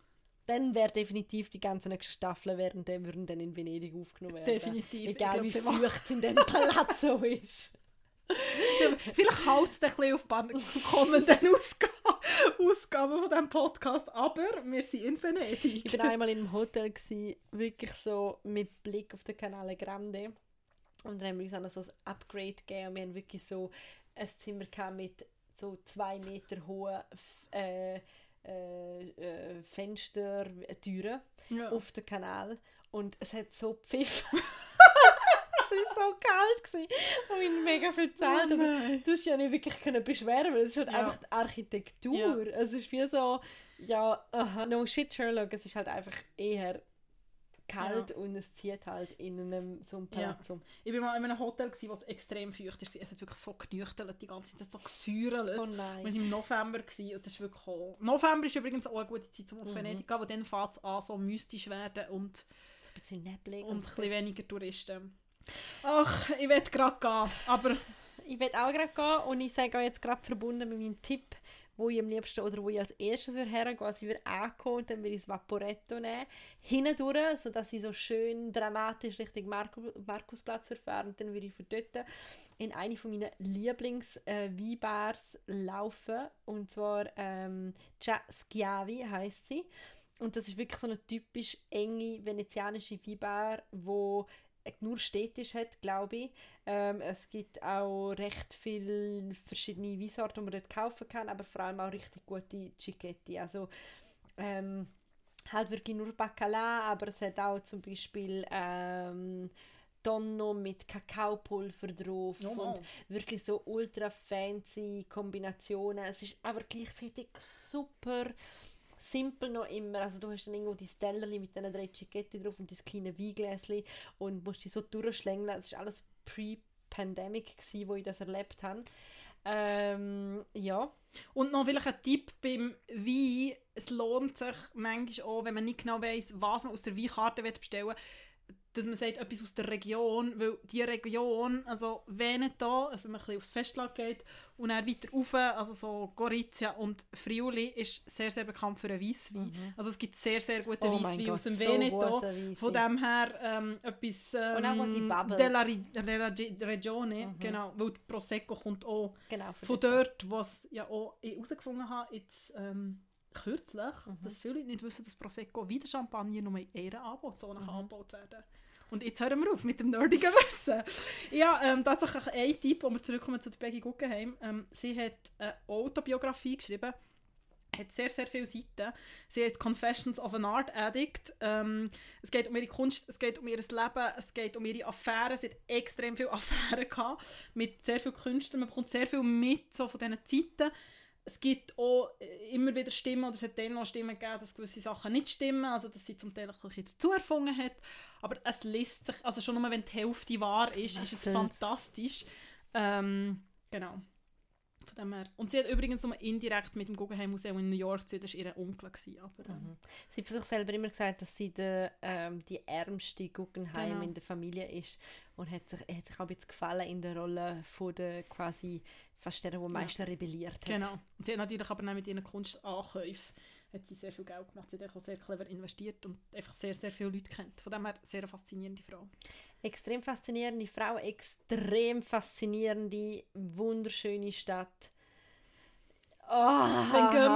dann wäre definitiv die ganze nächste Staffel wären dann, würden dann in Venedig aufgenommen werden. Definitiv. Egal wie glaub, feucht es in dem Palazzo ist. Ja, vielleicht hält es ein bisschen auf die kommenden Ausgaben, Ausgaben von diesem Podcast, aber wir sind in Venedig. Ich war einmal in einem Hotel, gewesen, wirklich so mit Blick auf den Canale Grande. Und dann haben wir uns auch noch so ein Upgrade gegeben und wir haben wirklich so ein Zimmer gehabt mit so zwei Meter hohen äh, äh, äh, Fenstertüren ja. auf den Kanal. Und es hat so gepfiffen. Es war so kalt gewesen. Und ich habe mega viel gezahlt. Oh aber du hast ja nicht wirklich können beschweren, weil es ist halt ja. einfach die Architektur. Ja. Es ist wie so, ja, uh, no shit Sherlock, es ist halt einfach eher kalt ja. und es zieht halt in einem so einem Palazzo. Ja. Ich war mal in einem Hotel, gewesen, wo es extrem feucht war. Es hat wirklich so genüchtelt die ganze Zeit, es hat so gesäuert. Oh nein. Wir waren im November gewesen, und das ist wirklich auch... November ist übrigens auch eine gute Zeit, um auf mhm. Venedig zu gehen, wo dann fängt es an, so mystisch werden und ein bisschen neblig und, und ein bisschen weniger Touristen. Ach, ich will gerade gehen, aber... Ich will auch gerade gehen und ich sage auch jetzt gerade verbunden mit meinem Tipp, wo ich am liebsten oder wo ich als erstes hergehen würde. Also ich würde ankommen und dann würde ich das Vaporetto nehmen, hindurch, sodass ich so schön dramatisch Richtung Markus, Markusplatz fahre und dann würde ich von dort in eine von meinen Lieblings-Weinbars äh, laufen und zwar ähm, Gia Schiavi heisst sie und das ist wirklich so eine typisch enge venezianische Weinbar, wo nur städtisch hat, glaube ich. Ähm, es gibt auch recht viele verschiedene Weinsorten, die man dort kaufen kann, aber vor allem auch richtig gute Cicchetti. Also ähm, halt wirklich nur Baccalà, aber es hat auch zum Beispiel ähm, Tonno mit Kakaopulver drauf oh, und wirklich so ultra fancy Kombinationen. Es ist aber gleichzeitig super simpel noch immer, also du hast dann irgendwo die Stellerli mit diesen drei Cicchetti drauf und das kleine Weingläschen und musst dich so durchschlängeln. Das war alles pre-Pandemic, wo ich das erlebt habe. Ähm, ja. Und noch vielleicht ein Tipp beim Wein, es lohnt sich manchmal auch, wenn man nicht genau weiss, was man aus der Weinkarte bestellen will, dass man sagt, etwas aus der Region, weil die Region, also Veneto, also wenn man ein bisschen aufs Festland geht und dann weiter rauf, also so Gorizia und Friuli, ist sehr, sehr bekannt für einen Weisswein. Mhm. Also es gibt sehr, sehr gute oh Weisswein aus dem so Veneto. Von dem her ähm, etwas ähm, und auch die Bubbles. della, della Regione, mhm. genau, weil die Prosecco kommt auch genau, von dort, was ja auch ich herausgefunden habe, jetzt ähm, kürzlich, mhm. dass viele Leute nicht wissen, dass Prosecco wie der Champagner nur in einer Anbauzone mhm. angebaut werden kann. Und jetzt hören wir auf mit dem nerdigen Wissen. Ja, ähm, tatsächlich ein Tipp, wo wir zurückkommen zu Peggy Guggenheim. Ähm, sie hat eine Autobiografie geschrieben, hat sehr, sehr viele Seiten. Sie heißt Confessions of an Art Addict. Ähm, es geht um ihre Kunst, es geht um ihr Leben, es geht um ihre Affären. Sie hat extrem viele Affären gehabt mit sehr vielen Künstlern. Man bekommt sehr viel mit so von diesen Zeiten. Es gibt auch immer wieder Stimmen, oder es hat dann auch Stimmen gegeben, dass gewisse Sachen nicht stimmen, also dass sie zum Teil ein bisschen dazu erfunden hat. Aber es liest sich, also schon nur wenn die Hälfte wahr ist, Was ist es fantastisch. Ähm, genau. Von dem her. Und sie hat übrigens nur indirekt mit dem Guggenheim Museum in New York, das war ihr Onkel. Gewesen, aber, ähm. mhm. Sie hat für sich selber immer gesagt, dass sie der, ähm, die ärmste Guggenheim genau. in der Familie ist und hat sich, hat sich auch ein bisschen gefallen in der Rolle von der quasi fast der, die am meisten ja. rebelliert hat. Genau. Und sie hat natürlich aber auch mit ihren Kunstankäufen hat sie sehr viel Geld gemacht. Sie hat auch sehr clever investiert und einfach sehr, sehr viele Leute kennt. Von dem her sehr eine faszinierende Frau. Extrem faszinierende Frau, extrem faszinierende, wunderschöne Stadt. Oh, Wann gehen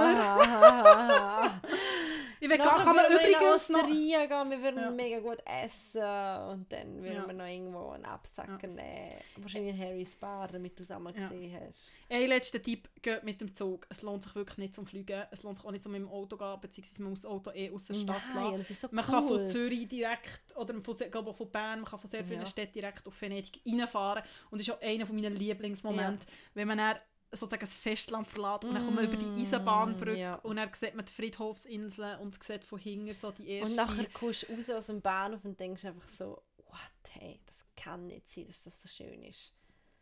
wir? Ich will gar, kann man übrigens noch... Wir gehen, wir würden ja. mega gut essen und dann würden ja. wir noch irgendwo einen Absacker ja. nehmen. Wahrscheinlich Harry's Bar, damit du es einmal ja. gesehen hast. Ein letzter Tipp, geht mit dem Zug. Es lohnt sich wirklich nicht zum Fliegen. Es lohnt sich auch nicht zum mit dem Auto gehen, beziehungsweise man muss das Auto eh aus der Stadt Nein, das ist so Man cool. kann von Zürich direkt, oder von, glaube von Bern, man kann von sehr vielen ja. Städten direkt auf Venedig reinfahren. Und das ist auch einer meiner Lieblingsmomente, ja. wenn man dann sozusagen das Festland verlässt und dann kommt man über die Eisenbahnbrücke ja. und dann sieht man die Friedhofsinsel und sieht von hinten so die erste... Und nachher kommst du raus aus dem Bahnhof und denkst einfach so, what, hey, das kann nicht sein, dass das so schön ist.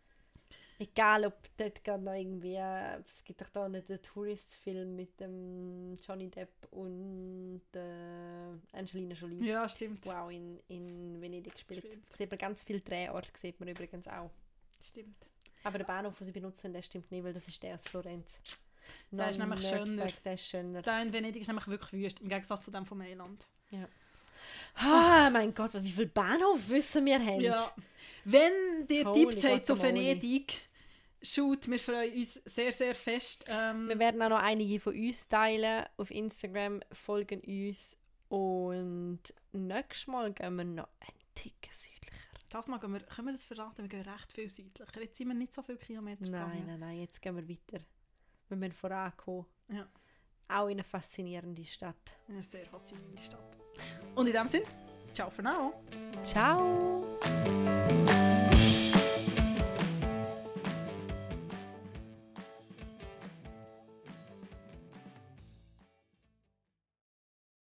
Egal, ob dort gerade noch irgendwie, es gibt doch da nicht den Tourist-Film mit dem Johnny Depp und äh, Angelina Jolie. Ja, stimmt. Wow, in, in Venedig gespielt. Stimmt. Sieht man ganz viele Drehorte, sieht man übrigens auch. Stimmt. Aber der Bahnhof, den sie benutzen, der stimmt nicht, weil das ist der aus Florenz. Der ist nämlich schöner. Weg, der ist schöner. Der in Venedig ist nämlich wirklich wüst, im Gegensatz zu dem von Mailand. Ja. Ah, mein Gott, wie viele Bahnhof wissen wir haben. Ja. Wenn ihr Holy Tipps habt zu Guacamole. Venedig, schaut, wir freuen uns sehr, sehr fest. Ähm, Wir werden auch noch einige von uns teilen. Auf Instagram folgen uns. Und nächstes Mal gehen wir noch einen Ticken südlicher. das mal gehen wir, können wir das verraten? Wir gehen recht viel südlicher. Jetzt sind wir nicht so viele Kilometer Nein, gegangen. nein, nein, jetzt gehen wir weiter. Wir müssen vorankommen. Ja. Auch in eine faszinierende Stadt. Eine sehr faszinierende Stadt. Und in dem Sinne, ciao für now. Ciao!